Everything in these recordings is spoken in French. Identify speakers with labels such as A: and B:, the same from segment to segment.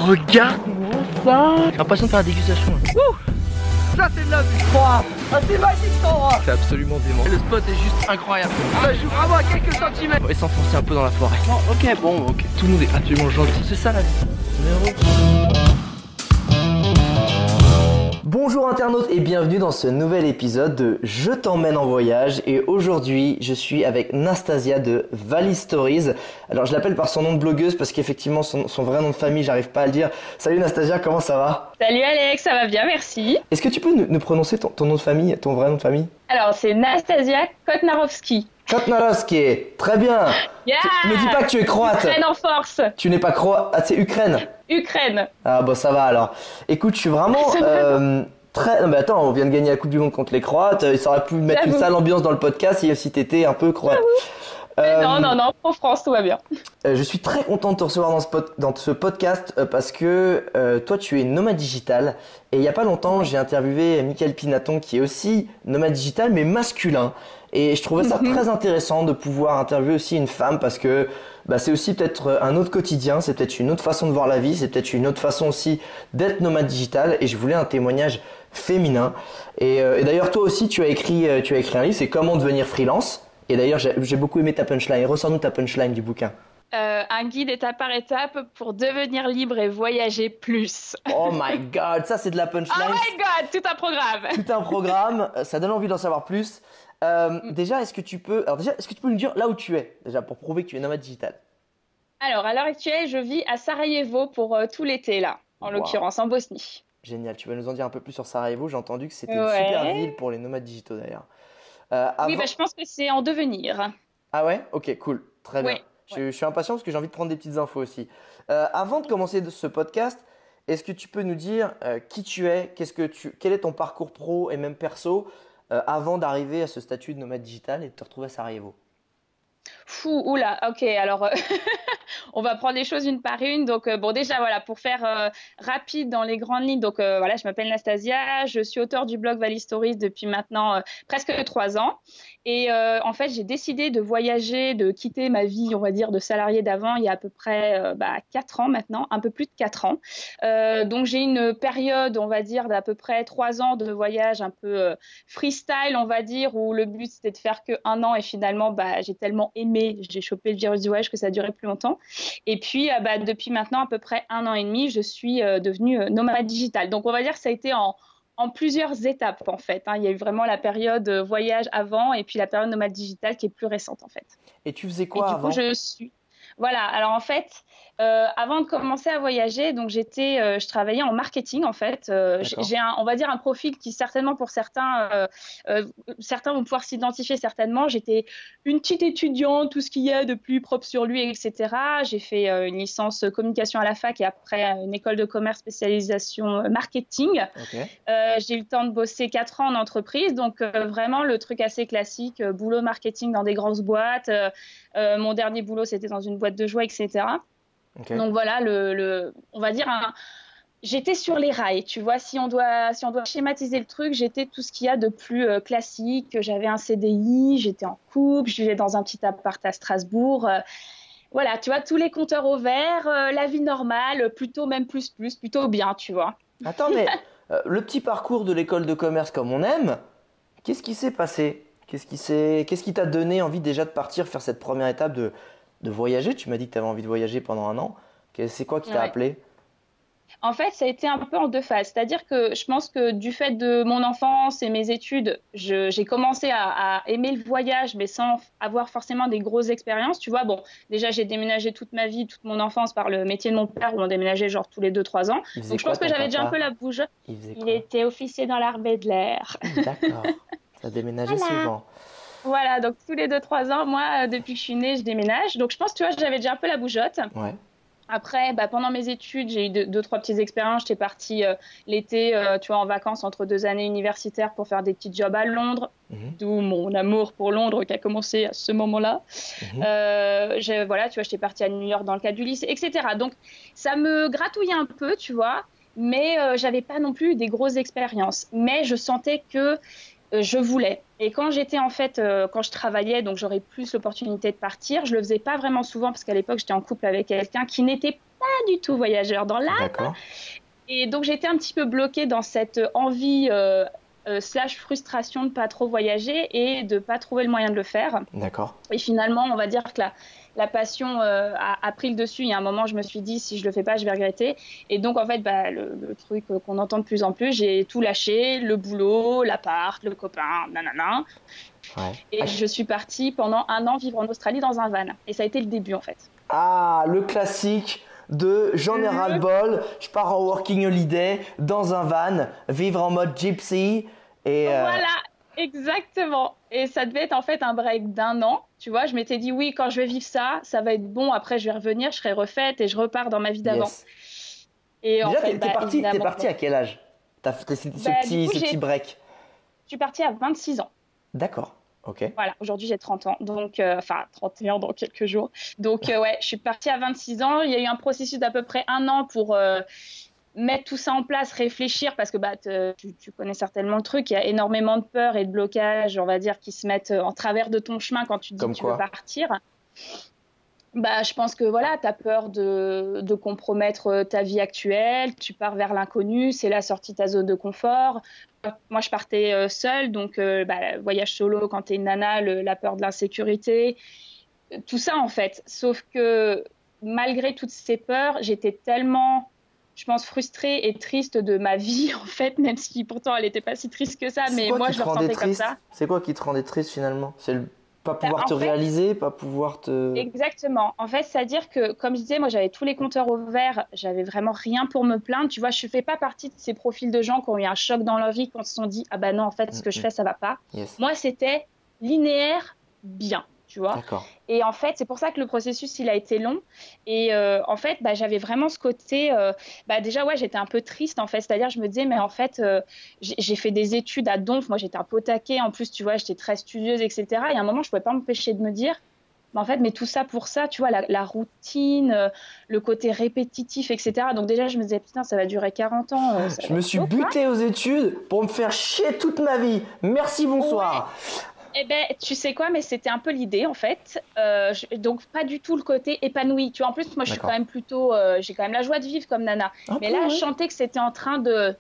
A: Regarde-moi ça. J'ai l'impression de faire la dégustation. Ça c'est de la vie. C'est magique cet endroit. C'est absolument dément. Le spot est juste incroyable. Ça joue vraiment à quelques centimètres. On va s'enfoncer un peu dans la forêt. Ok. Tout le monde est absolument gentil. C'est ça la vie. Bonjour internautes et bienvenue dans ce nouvel épisode de Je t'emmène en voyage. Et aujourd'hui je suis avec Nastasia de Valley Stories. Alors je l'appelle par son nom de blogueuse parce qu'effectivement son vrai nom de famille j'arrive pas à le dire. Salut Nastasia, comment ça va?
B: Salut Alex, ça va bien, merci.
A: Est-ce que tu peux nous prononcer ton nom de famille, ton vrai nom de famille?
B: Alors c'est Nastasia Kotnarowski.
A: Kotnarowski, très bien.
B: Yeah.
A: Ne dis pas que tu es croate.
B: Ukraine en force.
A: Tu n'es pas croate, c'est Ukraine.
B: Ukraine.
A: Ah bon ça va alors. Écoute, je suis vraiment très... Non mais attends, on vient de gagner la Coupe du Monde contre les Croates. Ça aurait pu mettre une sale ambiance dans le podcast si t'étais un peu croate.
B: Non, pour France tout va bien.
A: Je suis très content de te recevoir dans ce podcast parce que toi tu es nomade digital et il y a pas longtemps j'ai interviewé Mickaël Pinaton qui est aussi nomade digital mais masculin et je trouvais ça très intéressant de pouvoir interviewer aussi une femme parce que c'est aussi peut-être un autre quotidien, c'est peut-être une autre façon de voir la vie, c'est peut-être une autre façon aussi d'être nomade digital et je voulais un témoignage féminin et d'ailleurs toi aussi tu as écrit un livre, c'est Comment devenir freelance. Et d'ailleurs, j'ai beaucoup aimé ta punchline. Ressors-nous ta punchline du bouquin.
B: Un guide étape par étape pour devenir libre et voyager plus.
A: Oh my god, ça c'est de la punchline.
B: Oh my god, tout un programme.
A: Tout un programme, ça donne envie d'en savoir plus. Déjà, est-ce que tu peux nous dire là où tu es, déjà, pour prouver que tu es nomade digital?
B: Alors, à l'heure actuelle, je vis à Sarajevo pour tout l'été, là, en l'occurrence, en Bosnie.
A: Génial, tu vas nous en dire un peu plus sur Sarajevo. J'ai entendu que c'était une super ville pour les nomades digitaux d'ailleurs.
B: Oui, je pense que c'est en devenir.
A: Ah ouais? Ok, cool. Très bien.
B: Ouais.
A: Je suis impatient parce que j'ai envie de prendre des petites infos aussi. Avant de commencer ce podcast, est-ce que tu peux nous dire qui tu es, quel est ton parcours pro et même perso avant d'arriver à ce statut de nomade digital et de te retrouver à Sarajevo?
B: Oula, ok, alors on va prendre les choses une par une. Donc déjà voilà, pour faire rapide dans les grandes lignes, donc voilà, je m'appelle Nastasia, je suis auteure du blog Valley Stories depuis maintenant presque 3 ans. Et en fait, j'ai décidé de voyager, de quitter ma vie, on va dire, de salarié d'avant il y a à peu près 4 ans maintenant, un peu plus de 4 ans. Donc j'ai une période, on va dire, d'à peu près 3 ans de voyage un peu freestyle, on va dire, où le but c'était de faire que 1 an et finalement j'ai tellement aimé, j'ai chopé le virus du voyage que ça a duré plus longtemps. Et puis depuis maintenant à peu près 1 an et demi, je suis devenue nomade digitale. Donc on va dire que ça a été en plusieurs étapes en fait. Il y a eu vraiment la période voyage avant et puis la période nomade digitale qui est plus récente en fait.
A: Et tu faisais quoi avant?
B: Voilà, alors en fait, avant de commencer à voyager, donc je travaillais en marketing en fait. J'ai on va dire un profil qui certainement pour certains vont pouvoir s'identifier certainement. J'étais une petite étudiante, tout ce qu'il y a de plus propre sur lui, etc. J'ai fait une licence communication à la fac et après une école de commerce spécialisation marketing.
A: Okay.
B: J'ai eu le temps de bosser 4 ans en entreprise, donc vraiment le truc assez classique, boulot marketing dans des grosses boîtes. Mon dernier boulot, c'était dans une boîte de jouets, etc. Okay. Donc voilà, on va dire, j'étais sur les rails, tu vois. Si on doit schématiser le truc, j'étais tout ce qu'il y a de plus classique. J'avais un CDI, j'étais en couple, je vivais dans un petit appart à Strasbourg. Voilà, tu vois, tous les compteurs au vert, la vie normale, plutôt même plutôt bien, tu vois.
A: Attends, mais le petit parcours de l'école de commerce comme on aime, qu'est-ce qui s'est passé? Qu'est-ce qui t'a donné envie déjà de partir faire cette première étape de voyager? Tu m'as dit que tu avais envie de voyager pendant 1 an. C'est quoi qui t'a appelé?
B: En fait, ça a été un peu en 2 phases. C'est-à-dire que je pense que du fait de mon enfance et mes études, j'ai commencé à aimer le voyage, mais sans avoir forcément des grosses expériences. Tu vois, déjà, j'ai déménagé toute ma vie, toute mon enfance par le métier de mon père où on déménageait genre tous les 2-3 ans. Donc, je pense que j'avais déjà un peu la bougeotte. Il était officier dans l'armée de l'air.
A: D'accord. Ça a déménagé souvent.
B: Voilà, donc tous les 2-3 ans, moi, depuis que je suis née, je déménage. Donc, je pense, tu vois, j'avais déjà un peu la bougeotte.
A: Ouais.
B: Après, pendant mes études, j'ai eu 2-3 petites expériences. J'étais partie l'été, tu vois, en vacances entre 2 années universitaires pour faire des petits jobs à Londres. D'où mon amour pour Londres qui a commencé à ce moment-là. Voilà, tu vois, j'étais partie à New York dans le cadre du lycée, etc. Donc, ça me gratouillait un peu, tu vois, mais j'avais pas non plus des grosses expériences. Mais je sentais que je voulais. Et quand j'étais en fait, quand je travaillais, donc j'aurais plus l'opportunité de partir, je le faisais pas vraiment souvent parce qu'à l'époque j'étais en couple avec quelqu'un qui n'était pas du tout voyageur dans l'âme.
A: D'accord.
B: Et donc, j'étais un petit peu bloquée dans cette envie slash frustration de pas trop voyager et de pas trouver le moyen de le faire.
A: D'accord.
B: Et finalement, on va dire que la passion a pris le dessus. Il y a un moment, je me suis dit, si je le fais pas, je vais regretter. Et donc, en fait, le truc qu'on entend de plus en plus, j'ai tout lâché, le boulot, l'appart, le copain, nanana.
A: Ouais.
B: Et je suis partie pendant 1 an vivre en Australie dans un van. Et ça a été le début, en fait.
A: Ah, le classique de j'en ai ras-le-bol, je pars en working holiday dans un van, vivre en mode gypsy et
B: Voilà, exactement. Et ça devait être en fait un break d'1 an. Tu vois, je m'étais dit oui, quand je vais vivre ça, ça va être bon. Après, je vais revenir, je serai refaite et je repars dans ma vie d'avant.
A: yes.
B: Et en
A: Déjà,
B: fait,
A: t'es parti à quel âge? T'as fait ce petit break.
B: je suis partie à 26 ans.
A: D'accord, ok.
B: Voilà, aujourd'hui j'ai 30 ans, donc enfin 31 dans quelques jours. Donc ouais, je suis partie à 26 ans. Il y a eu un processus d'à peu près 1 an pour mettre tout ça en place, réfléchir, parce que tu connais certainement le truc. Il y a énormément de peur et de blocage, on va dire, qui se mettent en travers de ton chemin quand tu dis
A: Comme
B: que tu
A: quoi
B: veux partir. Je pense que voilà, tu as peur de compromettre ta vie actuelle, tu pars vers l'inconnu, c'est la sortie de ta zone de confort. Moi, je partais seule, donc voyage solo quand tu es une nana, la peur de l'insécurité, tout ça en fait. Sauf que malgré toutes ces peurs, j'étais tellement, je pense, frustrée et triste de ma vie en fait, même si pourtant elle n'était pas si triste que ça, mais moi je le ressentais comme ça.
A: C'est quoi qui te rendait triste finalement? C'est le pas pouvoir te
B: En fait,
A: réaliser, pas pouvoir te...
B: Exactement. En fait, c'est-à-dire que, comme je disais, moi, j'avais tous les compteurs au vert, j'avais vraiment rien pour me plaindre. Tu vois, je fais pas partie de ces profils de gens qui ont eu un choc dans leur vie, qui se sont dit, ah bah non, en fait, ce que je fais, ça va pas.
A: Yes.
B: Moi, c'était linéaire, bien, tu vois.
A: D'accord.
B: Et en fait, c'est pour ça que le processus, il a été long. Et en fait, j'avais vraiment ce côté, déjà, ouais, j'étais un peu triste, en fait. C'est-à-dire, je me disais, mais en fait, j'ai fait des études à Donf. Moi, j'étais un peu au taquet. En plus, tu vois, j'étais très studieuse, etc. Et à un moment, je pouvais pas m'empêcher de me dire, mais en fait, mais tout ça pour ça, tu vois, la routine, le côté répétitif, etc. Donc déjà, je me disais, putain, ça va durer 40 ans.
A: Je me suis butée aux études pour me faire chier toute ma vie. Merci, bonsoir.
B: Ouais. Eh ben, tu sais quoi, mais c'était un peu l'idée en fait. Donc pas du tout le côté épanoui. Tu vois, en plus, moi, je suis quand même plutôt, j'ai quand même la joie de vivre comme nana. Mais là, je sentais que c'était en train de,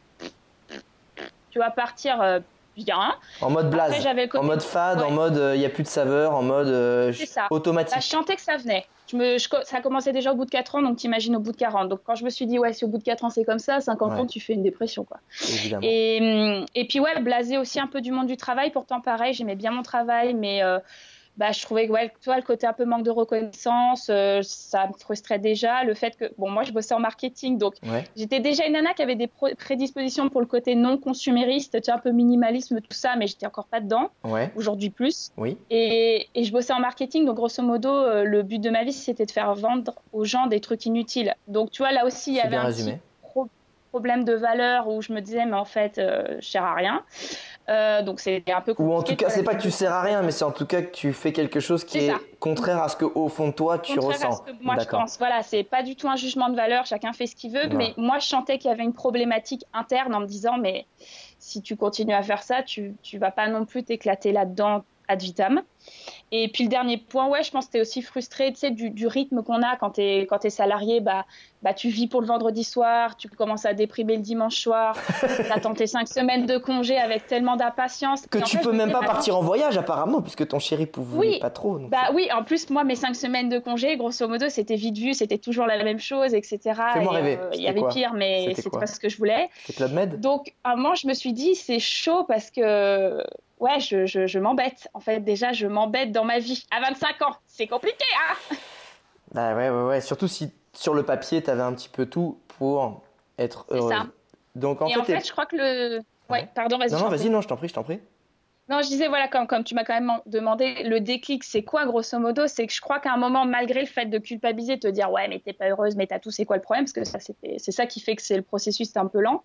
B: tu vois, partir bien.
A: En mode blaze, en mode fade, en mode il n'y a plus de saveur, en mode automatique.
B: Je sentais que ça venait. Ça commençait déjà au bout de 4 ans, donc t'imagines au bout de 40. Donc quand je me suis dit, ouais, si au bout de 4 ans c'est comme ça, 50 ans, tu fais une dépression, quoi.
A: Évidemment.
B: Et puis ouais, blasé aussi un peu du monde du travail. Pourtant, pareil, j'aimais bien mon travail, mais je trouvais que toi, le côté un peu manque de reconnaissance, ça me frustrait déjà. Le fait que, bon, moi, je bossais en marketing, donc j'étais déjà une nana qui avait des prédispositions pour le côté non consumériste, tu vois, un peu minimalisme, tout ça, mais j'étais encore pas dedans. Aujourd'hui plus.
A: Oui.
B: Et je bossais en marketing, donc grosso modo, le but de ma vie, c'était de faire vendre aux gens des trucs inutiles. Donc, tu vois, là aussi, il y avait un petit problème de valeur où je me disais, mais en fait, je sers à rien. Donc c'est un peu compliqué.
A: Ou en tout cas, c'est pas que tu sers à rien, mais c'est en tout cas que tu fais quelque chose qui est contraire à ce que au fond de toi tu ressens.
B: À ce que moi je pense. Voilà, c'est pas du tout un jugement de valeur, chacun fait ce qu'il veut, mais moi je sentais qu'il y avait une problématique interne en me disant, mais si tu continues à faire ça, tu vas pas non plus t'éclater là-dedans ad vitam. Et puis le dernier point, je pense que tu es aussi frustré, tu sais, du rythme qu'on a quand tu es salarié, tu vis pour le vendredi soir, tu commences à déprimer le dimanche soir, tu attends tes 5 semaines de congé avec tellement d'impatience.
A: Que tu peux même pas partir en voyage apparemment, puisque ton chéri pouvait pas trop. Donc
B: oui, en plus, moi, mes 5 semaines de congé, grosso modo, c'était vite vu, c'était toujours la même chose, etc.
A: Fais-moi rêver.
B: Il y avait pire, mais c'était pas ce que je voulais.
A: C'était Club Med.
B: Donc, à un moment, je me suis dit, c'est chaud parce que... Ouais, je m'embête. En fait, déjà, je m'embête dans ma vie. À 25 ans, c'est compliqué, hein.
A: Ouais. Surtout si sur le papier, tu avais un petit peu tout pour être heureuse.
B: C'est ça.
A: Donc,
B: en fait, je crois que le... Ouais, pardon, vas-y.
A: Non, vas-y, non, je t'en prie.
B: Non, je disais, voilà, comme tu m'as quand même demandé, le déclic, c'est quoi, grosso modo? C'est que je crois qu'à un moment, malgré le fait de culpabiliser, te dire, ouais, mais t'es pas heureuse, mais t'as tout, c'est quoi le problème? Parce que c'est ça qui fait que le processus est un peu lent.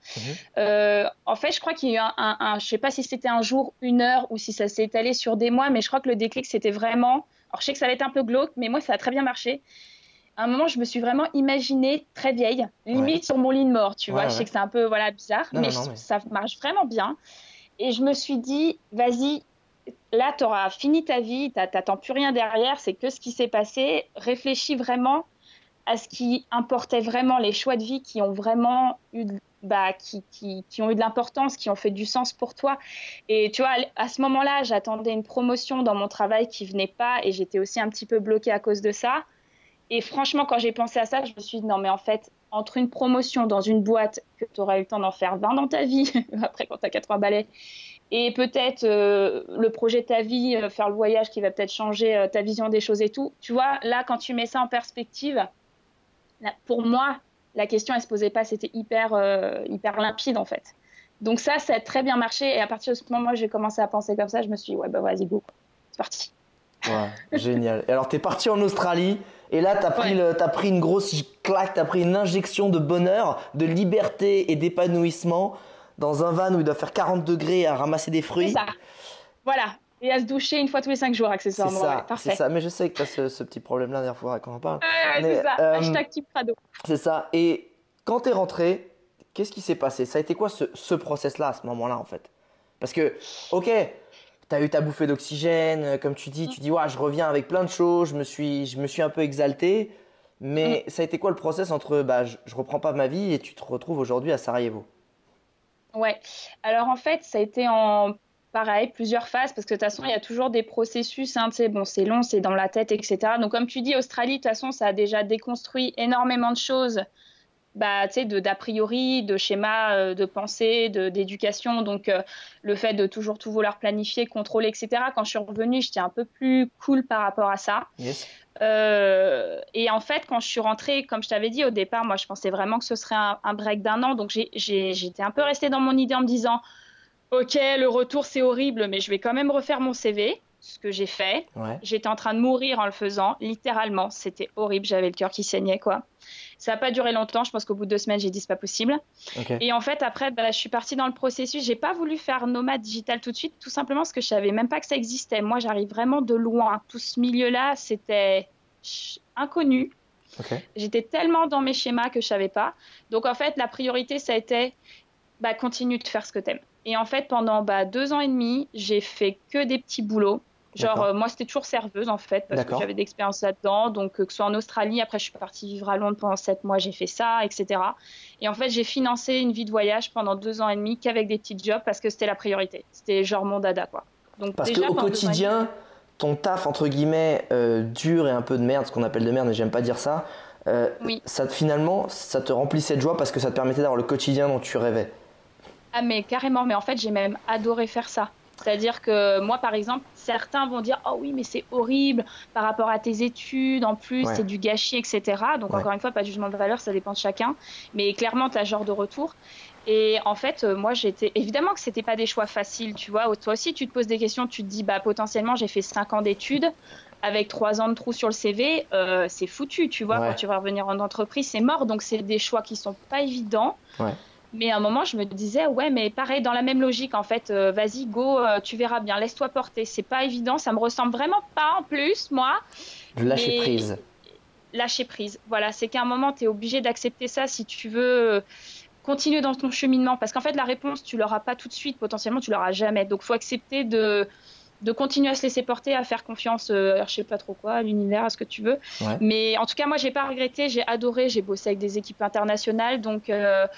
B: En fait, je crois qu'il y a eu je sais pas si c'était un jour, une heure, ou si ça s'est étalé sur des mois, mais je crois que le déclic, c'était vraiment... Alors, je sais que ça va être un peu glauque, mais moi, ça a très bien marché. À un moment, je me suis vraiment imaginée très vieille, limite sur mon lit de mort, tu vois. Je sais que c'est un peu bizarre, mais ça marche vraiment bien. Et je me suis dit, vas-y, là, tu auras fini ta vie, tu n'attends plus rien derrière, c'est que ce qui s'est passé. Réfléchis vraiment à ce qui importait vraiment, les choix de vie qui ont vraiment eu qui ont eu de l'importance, qui ont fait du sens pour toi. Et tu vois, à ce moment-là, j'attendais une promotion dans mon travail qui venait pas et j'étais aussi un petit peu bloquée à cause de ça. Et franchement, quand j'ai pensé à ça, je me suis dit non, mais en fait, entre une promotion dans une boîte que tu auras eu le temps d'en faire 20 dans ta vie, après quand tu as 80 balais, et peut-être le projet de ta vie, faire le voyage qui va peut-être changer ta vision des choses et tout. Tu vois, là, quand tu mets ça en perspective, là, pour moi, la question, elle se posait pas, c'était hyper limpide en fait. Donc ça a très bien marché. Et à partir de ce moment, j'ai commencé à penser comme ça. Je me suis dit, ouais, bah vas-y, go, c'est parti.
A: Ouais, génial. Et alors, t'es parti en Australie et là, t'as pris une grosse claque, t'as pris une injection de bonheur, de liberté et d'épanouissement dans un van où il doit faire 40 degrés à ramasser des fruits.
B: C'est ça. Voilà. Et à se doucher une fois tous les 5 jours, accessoirement.
A: C'est ça,
B: ouais, parfait.
A: c'est ça. Mais je sais que t'as ce petit problème-là, d'ailleurs, faudra qu'on en parle.
B: C'est ça. Hashtag type crado.
A: C'est ça. Et quand t'es rentré, qu'est-ce qui s'est passé? Ça a été quoi ce process-là à ce moment-là, en fait? Parce que, ok, t'as eu ta bouffée d'oxygène, comme tu dis, ouais, je reviens avec plein de choses, je me suis un peu exalté, mais ça a été quoi le process entre, je reprends pas ma vie et tu te retrouves aujourd'hui à Sarajevo?
B: Ouais. Alors en fait, ça a été pareil, plusieurs phases, parce que de toute façon, il y a toujours des processus, hein, tu sais, bon, c'est long, c'est dans la tête, etc. Donc comme tu dis, Australie, de toute façon, ça a déjà déconstruit énormément de choses. Tu sais, d'a priori, de schémas de pensée, d'éducation. Donc, le fait de toujours tout vouloir planifier, contrôler, etc. Quand je suis revenue, j'étais un peu plus cool par rapport à ça.
A: Yes.
B: Et en fait, quand je suis rentrée, comme je t'avais dit au départ, moi, je pensais vraiment que ce serait un break d'1 an. Donc, j'étais un peu restée dans mon idée en me disant, OK, le retour, c'est horrible, mais je vais quand même refaire mon CV. Ce que j'ai fait.
A: Ouais.
B: J'étais en train de mourir en le faisant, littéralement. C'était horrible, j'avais le cœur qui saignait, quoi. Ça n'a pas duré longtemps, je pense qu'au bout de 2 semaines, j'ai dit c'est pas possible.
A: Okay.
B: Et en fait, après, je suis partie dans le processus. J'ai pas voulu faire nomade digital tout de suite, tout simplement parce que je savais même pas que ça existait. Moi, j'arrive vraiment de loin. Tout ce milieu-là, c'était inconnu.
A: Okay.
B: J'étais tellement dans mes schémas que je savais pas. Donc en fait, la priorité, ça a été continue de faire ce que t'aimes. Et en fait, pendant 2 ans et demi, j'ai fait que des petits boulots. Genre, moi, c'était toujours serveuse, en fait, parce que j'avais d'expérience là-dedans. Donc, que ce soit en Australie, après, je suis partie vivre à Londres pendant 7 mois, j'ai fait ça, etc. Et en fait, j'ai financé une vie de voyage pendant 2 ans et demi qu'avec des petits jobs parce que c'était la priorité. C'était genre mon dada, quoi. Donc,
A: parce
B: déjà,
A: qu'au quotidien, ton taf, entre guillemets, dur et un peu de merde, ce qu'on appelle de merde, mais j'aime pas dire ça,
B: oui.
A: Finalement, ça te remplissait de joie parce que ça te permettait d'avoir le quotidien dont tu rêvais.
B: Ah, mais carrément. Mais en fait, j'ai même adoré faire ça. C'est-à-dire que moi, par exemple, certains vont dire « Oh oui, mais c'est horrible par rapport à tes études, en plus, c'est du gâchis, etc. » Donc, encore une fois, pas de jugement de valeur, ça dépend de chacun. Mais clairement, tu as ce genre de retour. Et en fait, moi, évidemment que c'était pas des choix faciles, tu vois. Toi aussi, tu te poses des questions, tu te dis « Potentiellement, j'ai fait 5 ans d'études. Avec 3 ans de trou sur le CV, c'est foutu, tu vois. Quand tu vas revenir en entreprise, c'est mort. Donc, c'est des choix qui sont pas évidents. Ouais. Mais à un moment, je me disais, ouais, mais pareil, dans la même logique, en fait, vas-y, go, tu verras bien, laisse-toi porter. C'est pas évident, ça me ressemble vraiment pas en plus, moi.
A: Lâcher prise.
B: Lâcher prise, voilà. C'est qu'à un moment, tu es obligé d'accepter ça si tu veux continuer dans ton cheminement. Parce qu'en fait, la réponse, tu l'auras pas tout de suite, potentiellement, tu l'auras jamais. Donc, il faut accepter de continuer à se laisser porter, à faire confiance, je sais pas trop quoi, à l'univers, à ce que tu veux. Ouais. Mais en tout cas, moi, j'ai pas regretté, j'ai adoré, j'ai bossé avec des équipes internationales, donc...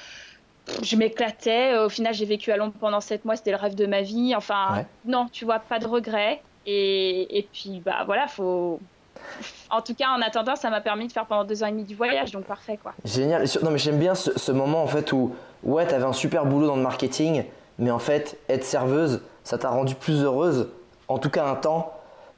B: je m'éclatais. Au final, j'ai vécu à Londres pendant 7 mois. C'était le rêve de ma vie. Enfin, non, tu vois, pas de regrets. Et puis, voilà, faut... En tout cas, en attendant, ça m'a permis de faire pendant 2 ans et demi du voyage. Donc, parfait, quoi.
A: Génial. Non, mais j'aime bien ce moment, en fait, où, ouais, t'avais un super boulot dans le marketing, mais en fait, être serveuse, ça t'a rendu plus heureuse, en tout cas un temps,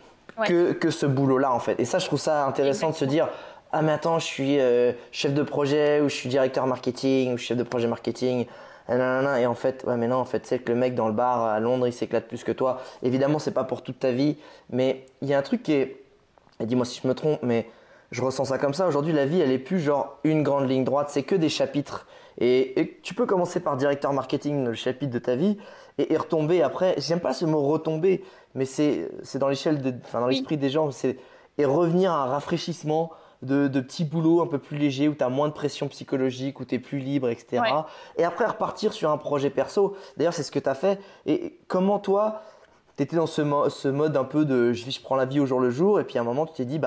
A: que ce boulot-là, en fait. Et ça, je trouve ça intéressant. Exactement. De se dire... Ah mais attends, je suis chef de projet ou je suis directeur marketing ou chef de projet marketing et en fait ouais mais non en fait c'est que le mec dans le bar à Londres il s'éclate plus que toi. Évidemment c'est pas pour toute ta vie, mais il y a un truc qui est, et dis-moi si je me trompe, mais je ressens ça comme ça aujourd'hui. La vie elle est plus genre une grande ligne droite, c'est que des chapitres et tu peux commencer par directeur marketing, le chapitre de ta vie et retomber après. J'aime pas ce mot retomber, mais c'est dans l'échelle dans l'esprit des gens, et revenir à un rafraîchissement de petits boulots un peu plus légers où tu as moins de pression psychologique, où tu es plus libre, etc. Ouais. Et après repartir sur un projet perso. D'ailleurs, c'est ce que tu as fait. Et comment toi, tu étais dans ce mode un peu de je prends la vie au jour le jour et puis à un moment, tu t'es dit,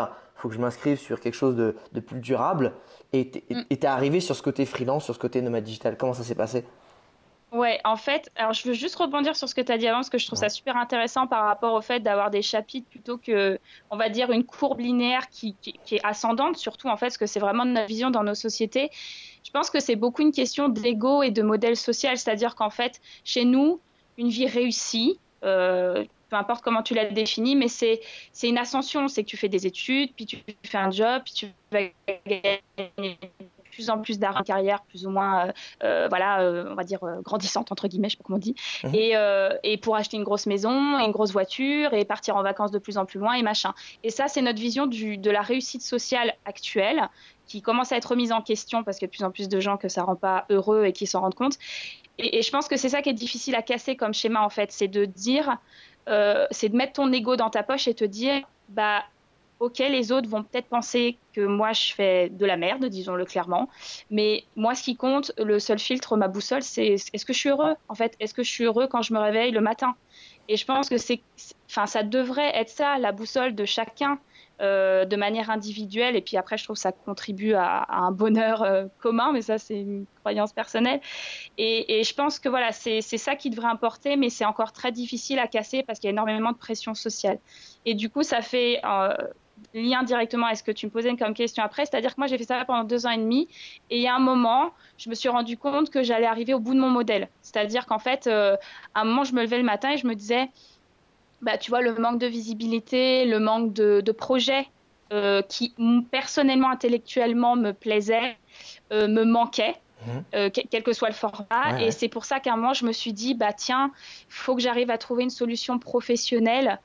A: faut que je m'inscrive sur quelque chose de plus durable. Et t'es arrivé sur ce côté freelance, sur ce côté nomade digital. Comment ça s'est passé?
B: Ouais, en fait, alors je veux juste rebondir sur ce que tu as dit avant, parce que je trouve
A: Ouais.
B: ça super intéressant par rapport au fait d'avoir des chapitres plutôt que, on va dire, une courbe linéaire qui est ascendante, surtout en fait, parce que c'est vraiment notre vision dans nos sociétés. Je pense que c'est beaucoup une question d'ego et de modèle social, c'est-à-dire qu'en fait, chez nous, une vie réussie, peu importe comment tu l'as définie, mais c'est une ascension, c'est que tu fais des études, puis tu fais un job, puis tu vas gagner de plus en plus d'argent en carrière, plus ou moins, voilà, on va dire grandissante entre guillemets, je sais pas comment on dit,
A: Mhm.
B: et pour acheter une grosse maison, une grosse voiture, et partir en vacances de plus en plus loin et machin. Et ça, c'est notre vision de la réussite sociale actuelle qui commence à être remise en question parce qu'il y a de plus en plus de gens que ça rend pas heureux et qui s'en rendent compte. Et je pense que c'est ça qui est difficile à casser comme schéma en fait, c'est de dire, c'est de mettre ton ego dans ta poche et te dire, bah ok, les autres vont peut-être penser que moi je fais de la merde, disons-le clairement, mais moi ce qui compte, le seul filtre, ma boussole, c'est est-ce que je suis heureux en fait, est-ce que je suis heureux quand je me réveille le matin? Et je pense que enfin, ça devrait être ça, la boussole de chacun, de manière individuelle. Et puis après, je trouve que ça contribue à un bonheur commun, mais ça, c'est une croyance personnelle. Et je pense que voilà, c'est ça qui devrait importer, mais c'est encore très difficile à casser parce qu'il y a énormément de pression sociale. Et du coup, ça fait lien directement à ce que tu me posais comme question après, c'est-à-dire que moi, j'ai fait ça pendant 2 ans et demi, et il y a un moment, je me suis rendu compte que j'allais arriver au bout de mon modèle. C'est-à-dire qu'en fait, à un moment, je me levais le matin et je me disais, bah, tu vois, le manque de visibilité, le manque de projets qui, personnellement, intellectuellement, me plaisaient, me manquaient
A: Mhm.
B: quel que soit le format.
A: Ouais,
B: Et
A: ouais.
B: c'est pour ça qu'à un moment, je me suis dit, bah tiens, il faut que j'arrive à trouver une solution professionnelle,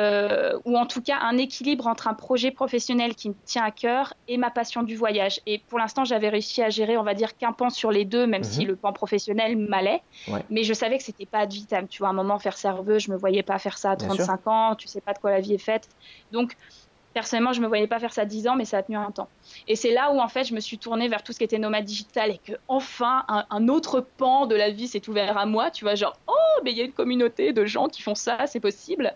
B: ou en tout cas un équilibre entre un projet professionnel qui me tient à cœur et ma passion du voyage. Et pour l'instant, j'avais réussi à gérer, on va dire, qu'un pan sur les deux, même si
A: Mhm.
B: le pan professionnel m'allait.
A: Ouais,
B: Mais je savais que c'était pas ad vitam. Tu vois, à un moment, faire serveuse, je me voyais pas faire ça à
A: bien sûr.
B: 35 ans. Tu sais pas de quoi la vie est faite. Donc, personnellement, je me voyais pas faire ça 10 ans, mais ça a tenu un temps. Et c'est là où, en fait, je me suis tournée vers tout ce qui était nomade digital et que, enfin, un autre pan de la vie s'est ouvert à moi. Tu vois, genre, oh, mais il y a une communauté de gens qui font ça, c'est possible.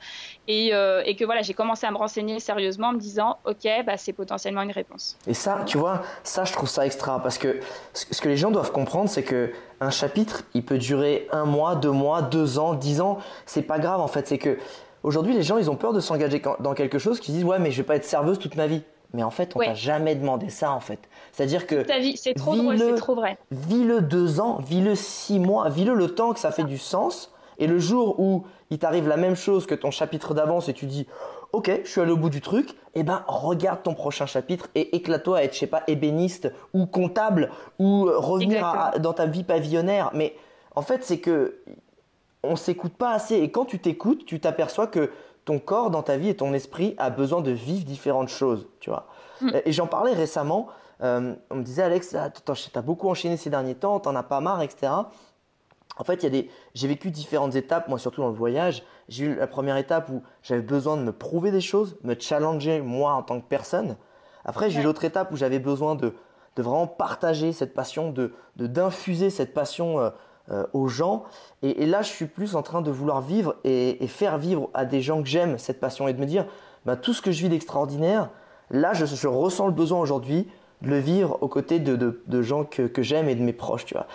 B: Et que voilà, j'ai commencé à me renseigner sérieusement en me disant, ok, bah, c'est potentiellement une réponse.
A: Et ça, tu vois, ça, je trouve ça extra parce que ce que les gens doivent comprendre, c'est que un chapitre, il peut durer 1 mois, 2 mois, 2 ans, 10 ans. C'est pas grave en fait. C'est que aujourd'hui, les gens, ils ont peur de s'engager dans quelque chose qui disent ouais, mais je vais pas être serveuse toute ma vie. Mais en fait, on t'a
B: Ouais,
A: jamais demandé ça en fait. C'est-à-dire
B: toute
A: que
B: ta vie, c'est trop drôle, c'est
A: vis-le,
B: trop vrai.
A: vis-le 2 ans, vis-le 6 mois, vis-le le temps que ça fait du sens. Et le jour où il t'arrive la même chose que ton chapitre d'avance et tu dis ok, je suis allé au bout du truc, eh ben regarde ton prochain chapitre et éclate-toi à être, je sais pas, ébéniste ou comptable ou revenir
B: Exactement.
A: dans ta vie pavillonnaire. Mais en fait, c'est que on s'écoute pas assez. Et quand tu t'écoutes, tu t'aperçois que ton corps dans ta vie et ton esprit a besoin de vivre différentes choses, tu vois.
B: Mm.
A: Et j'en parlais récemment. On me disait Alex, t'as beaucoup enchaîné ces derniers temps, t'en as pas marre, etc. En fait, j'ai vécu différentes étapes, moi surtout dans le voyage. J'ai eu la première étape où j'avais besoin de me prouver des choses, me challenger moi en tant que personne. Après, j'ai eu
B: Ouais.
A: l'autre étape où j'avais besoin de vraiment partager cette passion, d'infuser cette passion aux gens. Et là, je suis plus en train de vouloir vivre et faire vivre à des gens que j'aime cette passion et de me dire, bah, tout ce que je vis d'extraordinaire, là, je ressens le besoin aujourd'hui de le vivre aux côtés de gens que j'aime et de mes proches, tu vois.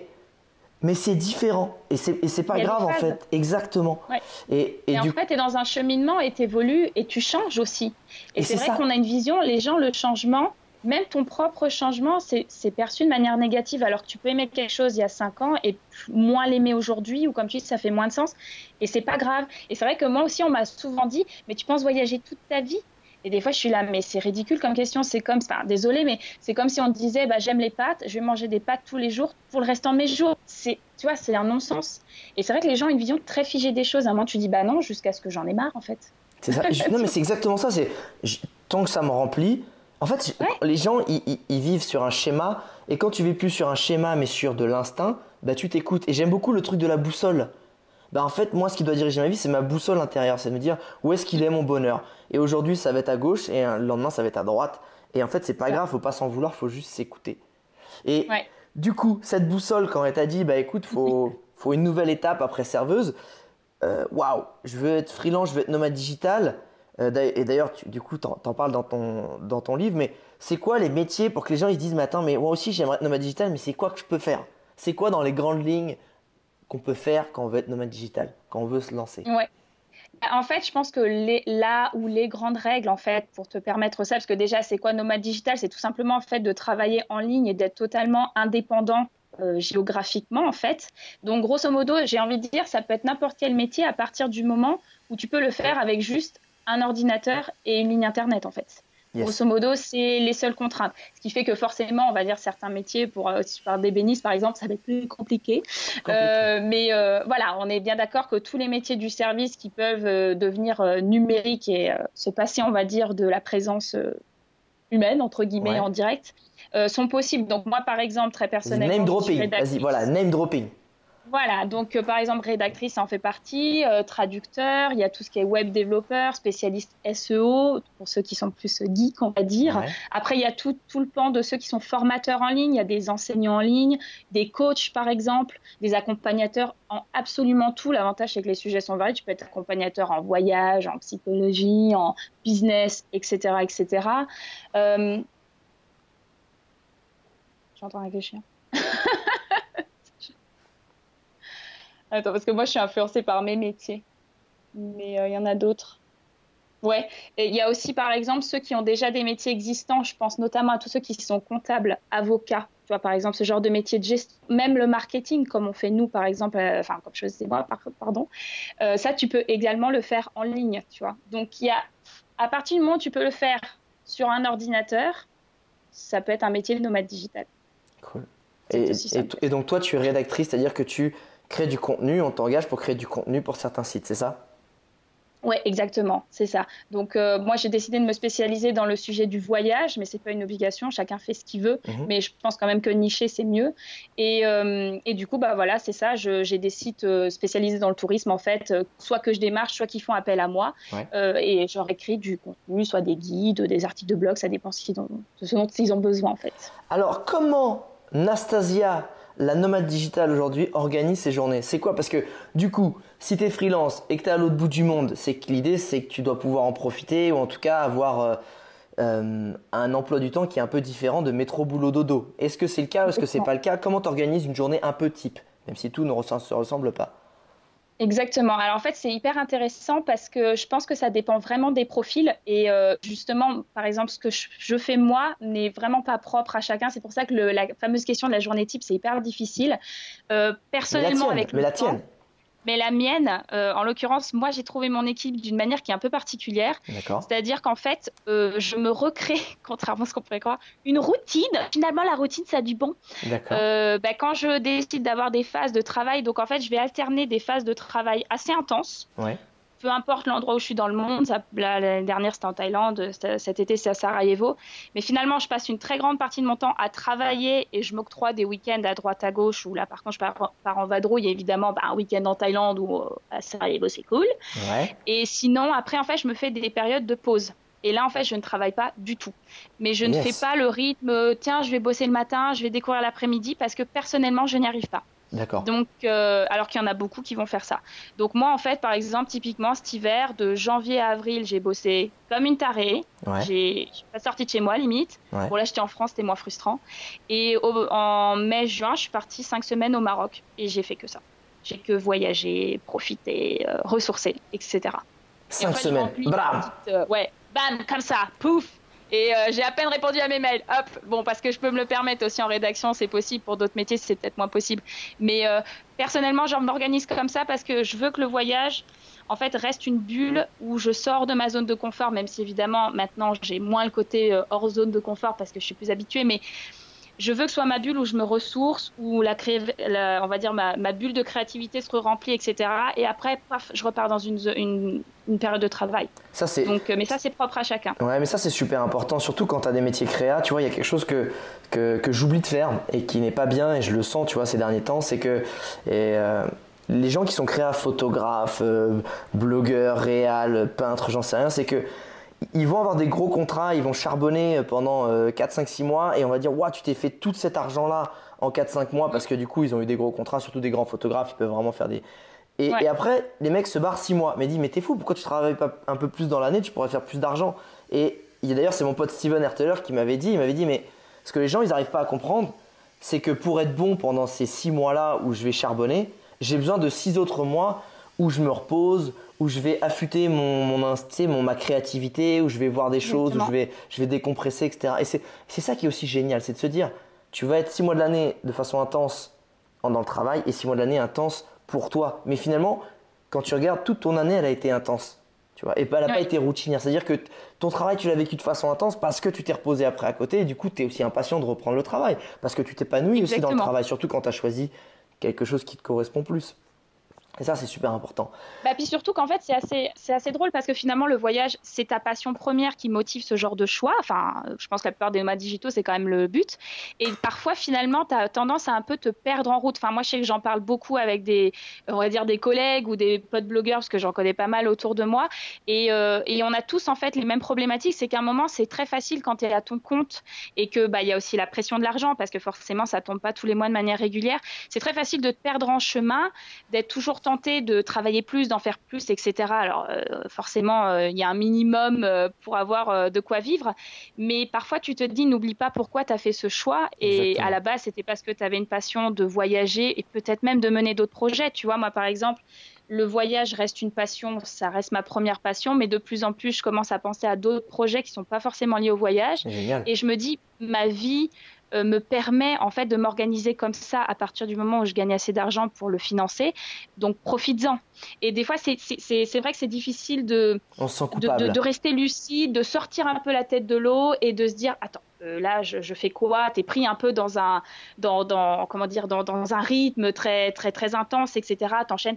A: Mais c'est différent et c'est
B: Il
A: pas
B: y a des
A: grave en
B: phases.
A: fait, exactement.
B: Ouais.
A: Et
B: Et en
A: du
B: fait, tu es dans un cheminement et tu évolues et tu changes aussi. Et
A: et
B: c'est
A: c'est
B: vrai
A: ça.
B: qu'on a une vision, les gens, le changement, même ton propre changement, c'est perçu de manière négative, alors que tu peux aimer quelque chose il y a 5 ans et moins l'aimer aujourd'hui, ou comme tu dis, ça fait moins de sens. Et c'est pas grave. Et c'est vrai que moi aussi, on m'a souvent dit, mais tu penses voyager toute ta vie? Et des fois, je suis là, mais c'est ridicule comme question. C'est comme, enfin, désolé, mais c'est comme si on disait, bah, j'aime les pâtes, je vais manger des pâtes tous les jours pour le restant de mes jours. Tu vois, c'est un non-sens. Et c'est vrai que les gens ont une vision très figée des choses. À un moment, tu dis, bah non, jusqu'à ce que j'en ai marre, en fait.
A: C'est ça. Non mais c'est exactement ça. Tant que ça me remplit. En fait,
B: Ouais,
A: les gens ils vivent sur un schéma et quand tu vis plus sur un schéma mais sur de l'instinct, bah tu t'écoutes. Et j'aime beaucoup le truc de la boussole. Bah en fait, moi, ce qui doit diriger ma vie, c'est ma boussole intérieure. C'est de me dire où est-ce qu'il est mon bonheur. Et aujourd'hui, ça va être à gauche et le lendemain, ça va être à droite. Et en fait, c'est
B: c'est
A: pas
B: ça.
A: grave, faut pas s'en vouloir, faut juste s'écouter. Et
B: Ouais.
A: du coup, cette boussole, quand elle t'a dit, bah écoute, faut une nouvelle étape après serveuse, waouh, je veux être freelance, je veux être nomade digital. Et d'ailleurs, du coup, t'en parles dans ton livre, mais c'est quoi les métiers pour que les gens ils se disent, mais attends, mais moi aussi j'aimerais être nomade digital, mais c'est quoi que je peux faire? C'est quoi dans les grandes lignes qu'on peut faire quand on veut être nomade digital, quand on veut se lancer?
B: Ouais. En fait, je pense que là où les grandes règles, en fait, pour te permettre ça, parce que déjà, c'est quoi nomade digital? C'est tout simplement, en fait, de travailler en ligne et d'être totalement indépendant géographiquement, en fait. Donc, grosso modo, j'ai envie de dire, ça peut être n'importe quel métier à partir du moment où tu peux le faire avec juste un ordinateur et une ligne Internet, en fait.
A: Yes.
B: Grosso modo, c'est les seules contraintes. Ce qui fait que forcément, on va dire certains métiers, si tu parles d'ébéniste par exemple, ça va être plus compliqué. Mais voilà, on est bien d'accord que tous les métiers du service qui peuvent devenir numériques et se passer, on va dire, de la présence humaine, entre guillemets,
A: Ouais.
B: en direct, sont possibles. Donc moi, par exemple, très
A: Vas-y, name
B: personnellement, je suis
A: dropping. Vas-y,
B: rédactrice.
A: voilà, name dropping.
B: Voilà, donc par exemple, rédactrice, ça en fait partie, traducteur, il y a tout ce qui est web développeur, spécialiste SEO, pour ceux qui sont plus geeks, on va dire.
A: Ouais.
B: Après, il y a tout le pan de ceux qui sont formateurs en ligne, il y a des enseignants en ligne, des coachs, par exemple, des accompagnateurs en absolument tout. L'avantage, c'est que les sujets sont variés. Tu peux être accompagnateur en voyage, en psychologie, en business, etc., etc. J'entends réfléchir. Attends, parce que moi, je suis influencée par mes métiers. Mais il y en a d'autres. Ouais. Et il y a aussi, par exemple, ceux qui ont déjà des métiers existants. Je pense notamment à tous ceux qui sont comptables, avocats. Tu vois, par exemple, ce genre de métier de gestion. Même le marketing, comme on fait nous, par exemple, enfin, comme je faisais moi, pardon. Ça, tu peux également le faire en ligne, tu vois. Donc, à partir du moment où tu peux le faire sur un ordinateur, ça peut être un métier de nomade digital.
A: Cool.
B: C'est aussi ça.
A: Et donc, toi, tu es rédactrice, c'est-à-dire que tu crées du contenu, on t'engage pour créer du contenu pour certains sites, c'est ça?
B: Ouais, exactement, c'est ça. Donc moi j'ai décidé de me spécialiser dans le sujet du voyage, mais c'est pas une obligation, chacun fait ce qu'il veut.
A: Mhm.
B: Mais je pense quand même que nicher c'est mieux. Et du coup bah voilà, c'est ça. J'ai des sites spécialisés dans le tourisme en fait, soit que je démarche, soit qui font appel à moi.
A: Ouais.
B: Et je leur écris du contenu, soit des guides, des articles de blog, ça dépend de ce dont ils ont besoin en fait.
A: Alors, comment Nastasia, la nomade digitale aujourd'hui, organise ses journées? C'est quoi? Parce que du coup, si tu es freelance et que tu es à l'autre bout du monde, c'est que l'idée, c'est que tu dois pouvoir en profiter ou en tout cas avoir un emploi du temps qui est un peu différent de métro boulot dodo. Est-ce que c'est le cas ou est-ce que c'est pas le cas? Comment tu organises une journée un peu type, même si tout ne se ressemble pas?
B: Exactement. Alors en fait, c'est hyper intéressant parce que je pense que ça dépend vraiment des profils. Et justement, par exemple, ce que je fais moi n'est vraiment pas propre à chacun. C'est pour ça que la fameuse question de la journée type, c'est hyper difficile. Personnellement, avec le
A: Mais la
B: temps,
A: tienne.
B: mais la mienne, en l'occurrence, moi, j'ai trouvé mon équipe d'une manière qui est un peu particulière.
A: D'accord.
B: C'est-à-dire qu'en fait, je me recrée, contrairement à ce qu'on pourrait croire, une routine. Finalement, la routine, ça a du bon.
A: D'accord.
B: Quand je décide d'avoir des phases de travail, donc en fait, je vais alterner des phases de travail assez intenses.
A: Ouais.
B: Peu importe l'endroit où je suis dans le monde, l'année dernière c'était en Thaïlande, cet été c'est à Sarajevo, mais finalement je passe une très grande partie de mon temps à travailler et je m'octroie des week-ends à droite à gauche où là par contre je pars en vadrouille et évidemment un week-end en Thaïlande ou à Sarajevo c'est cool.
A: Ouais.
B: Et sinon après en fait je me fais des périodes de pause. Et là, en fait, je ne travaille pas du tout. Mais je ne fais
A: Yes.
B: pas le rythme, tiens, je vais bosser le matin, je vais découvrir l'après-midi, parce que personnellement, je n'y arrive pas.
A: D'accord.
B: Donc, alors qu'il y en a beaucoup qui vont faire ça. Donc moi, en fait, par exemple, typiquement cet hiver, de janvier à avril, j'ai bossé comme une tarée.
A: Ouais.
B: Je suis pas sortie de chez moi, limite.
A: Ouais.
B: Bon, là, j'étais en France, c'était moins frustrant. Et en mai-juin, je suis partie 5 semaines au Maroc. Et j'ai fait que ça. J'ai que voyagé, profité, ressourcer, etc. Et
A: 5
B: en fait, je
A: semaines.
B: remplis une
A: Bram.
B: petite, ouais, bam, comme ça, pouf. Et j'ai à peine répondu à mes mails. Hop, bon, parce que je peux me le permettre aussi en rédaction, c'est possible. Pour d'autres métiers, c'est peut-être moins possible. Mais personnellement, je m'organise comme ça parce que je veux que le voyage, en fait, reste une bulle où je sors de ma zone de confort, même si évidemment, maintenant, j'ai moins le côté hors zone de confort parce que je suis plus habituée. Mais je veux que ce soit ma bulle où je me ressource, où on va dire ma bulle de créativité se remplit, etc. Et après, paf, je repars dans une période de travail.
A: Ça, c'est...
B: Donc, mais ça, c'est propre à chacun.
A: Ouais, mais ça c'est super important, surtout quand tu as des métiers créa. Tu vois, il y a quelque chose que j'oublie de faire et qui n'est pas bien, et je le sens, tu vois, ces derniers temps, c'est que les gens qui sont créa, photographes, blogueurs, réal, peintres, j'en sais rien, c'est que ils vont avoir des gros contrats, ils vont charbonner pendant 4, 5, 6 mois et on va dire ouah, tu t'es fait tout cet argent là en 4, 5 mois parce que du coup ils ont eu des gros contrats, surtout des grands photographes, ils peuvent vraiment faire des... Et après, les mecs se barrent 6 mois. Mais dit, mais t'es fou, pourquoi tu travailles pas un peu plus dans l'année, tu pourrais faire plus d'argent. Et d'ailleurs, c'est mon pote Steven Herteler qui m'avait dit, mais ce que les gens, ils n'arrivent pas à comprendre, c'est que pour être bon pendant ces 6 mois-là où je vais charbonner, j'ai besoin de 6 autres mois où je me repose, où je vais affûter ma créativité, où je vais voir des choses, où je vais décompresser, etc. Et c'est ça qui est aussi génial, c'est de se dire, tu vas être 6 mois de l'année de façon intense dans le travail et 6 mois de l'année intense pour toi. Mais finalement, quand tu regardes, toute ton année, elle a été intense. Tu vois, et elle n'a pas été routinière. C'est-à-dire que ton travail, tu l'as vécu de façon intense parce que tu t'es reposé après à côté. Et du coup, tu es aussi impatient de reprendre le travail. Parce que tu t'épanouis aussi dans le travail, surtout quand tu as choisi quelque chose qui te correspond plus. Et ça, c'est super important.
B: Puis surtout qu'en fait, c'est assez drôle parce que finalement, le voyage, c'est ta passion première qui motive ce genre de choix. Enfin, je pense que la plupart des nomades digitaux, c'est quand même le but. Et parfois, finalement, tu as tendance à un peu te perdre en route. Enfin, moi, je sais que j'en parle beaucoup avec on va dire des collègues ou des potes blogueurs parce que j'en connais pas mal autour de moi. Et on a tous, en fait, les mêmes problématiques. C'est qu'à un moment, c'est très facile quand tu es à ton compte et que, il y a aussi la pression de l'argent parce que forcément, ça tombe pas tous les mois de manière régulière. C'est très facile de te perdre en chemin, d'être toujours tenté de travailler plus, d'en faire plus, etc. Alors forcément, il y a un minimum pour avoir de quoi vivre, mais parfois tu te dis, n'oublie pas pourquoi tu as fait ce choix. Et à la base, c'était parce que tu avais une passion de voyager et peut-être même de mener d'autres projets. Tu vois, moi par exemple, le voyage reste une passion, ça reste ma première passion, mais de plus en plus, je commence à penser à d'autres projets qui ne sont pas forcément liés au voyage.
A: Génial.
B: Et je me dis, ma vie me permet en fait de m'organiser comme ça à partir du moment où je gagne assez d'argent pour le financer. Donc profites-en. Et des fois, c'est vrai que c'est difficile
A: On se sent coupable.
B: de rester lucide, de sortir un peu la tête de l'eau et de se dire, attends, là, je fais quoi? T'es pris un peu dans un rythme très, très, très intense, etc. T'enchaînes.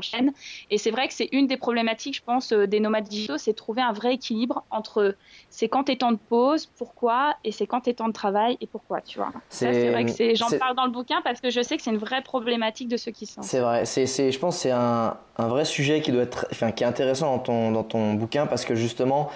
B: Et c'est vrai que c'est une des problématiques, je pense, des nomades digitaux, c'est de trouver un vrai équilibre entre c'est quand t'es temps de pause, pourquoi, et c'est quand t'es temps de travail et pourquoi, tu vois. Ça, c'est vrai que j'en parle dans le bouquin parce que je sais que c'est une vraie problématique de ceux qui sont.
A: C'est vrai. Je pense que c'est un vrai sujet qui est intéressant dans ton bouquin parce que justement,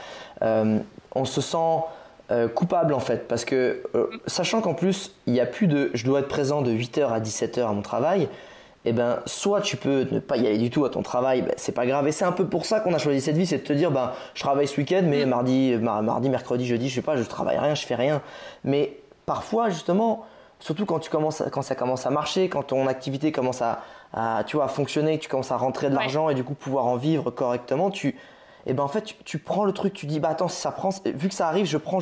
A: on se sent coupable en fait parce que sachant qu'en plus il y a plus de je dois être présent de 8h à 17h à mon travail, et soit tu peux ne pas y aller du tout à ton travail, c'est pas grave. Et c'est un peu pour ça qu'on a choisi cette vie, c'est de te dire je travaille ce week-end mais mardi, mercredi, jeudi, je sais pas, je travaille rien, je fais rien. Mais parfois justement, surtout quand ça commence à marcher, quand ton activité commence à fonctionner, que tu commences à rentrer de l'argent et du coup pouvoir en vivre correctement, en fait, tu prends le truc, tu dis, attends, si ça prend, vu que ça arrive, je prends.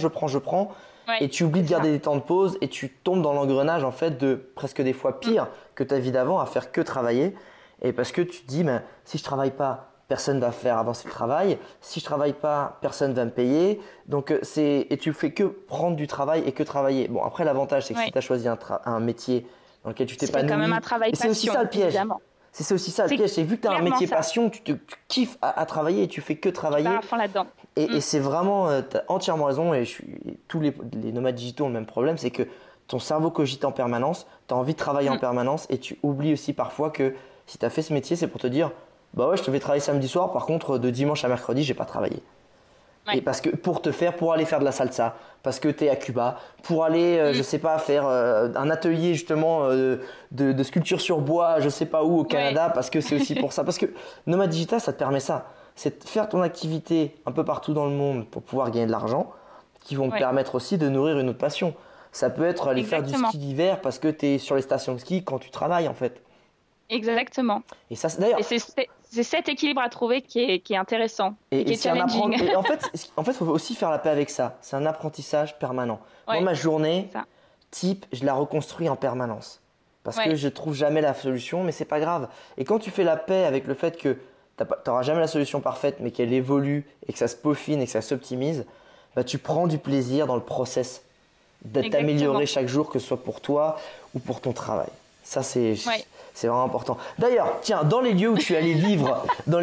A: Et tu oublies de garder des temps de pause et tu tombes dans l'engrenage, en fait, de presque des fois pire que ta vie d'avant à faire que travailler. Et parce que tu te dis, si je travaille pas, personne va faire avancer le travail. Si je travaille pas, personne va me payer. Donc, et tu fais que prendre du travail et que travailler. Bon, après, l'avantage, c'est que si tu as choisi un métier dans lequel tu t'épanouis.
B: C'est quand même un travail passion.
A: C'est aussi ça le piège.
B: Évidemment.
A: C'est aussi ça le piège, c'est vu que tu as un métier passion, tu kiffes à travailler et tu fais que travailler.
B: À fond là-dedans.
A: Et c'est vraiment, tu as entièrement raison, et tous les nomades digitaux ont le même problème, c'est que ton cerveau cogite en permanence, tu as envie de travailler en permanence et tu oublies aussi parfois que si tu as fait ce métier, c'est pour te dire, je te vais travailler samedi soir, par contre de dimanche à mercredi, j'ai pas travaillé. Et parce que pour aller faire de la salsa, parce que tu es à Cuba, pour aller, je sais pas, faire un atelier justement de sculpture sur bois, je sais pas où, au Canada, parce que c'est aussi pour ça. Parce que Nomade Digital, ça te permet ça. C'est de faire ton activité un peu partout dans le monde pour pouvoir gagner de l'argent, qui vont te permettre aussi de nourrir une autre passion. Ça peut être aller faire du ski d'hiver parce que tu es sur les stations de ski quand tu travailles en fait.
B: Exactement.
A: Et ça, d'ailleurs,
B: c'est cet équilibre à trouver qui est intéressant et qui est challenging.
A: Et en fait, il faut aussi faire la paix avec ça. C'est un apprentissage permanent. Moi, ma journée type, je la reconstruis en permanence parce que je trouve jamais la solution, mais c'est pas grave. Et quand tu fais la paix avec le fait que tu n'auras jamais la solution parfaite, mais qu'elle évolue et que ça se peaufine et que ça s'optimise, tu prends du plaisir dans le process de t'améliorer chaque jour, que ce soit pour toi ou pour ton travail. Ça, c'est vraiment important. D'ailleurs, tiens, dans les lieux où tu allais vivre,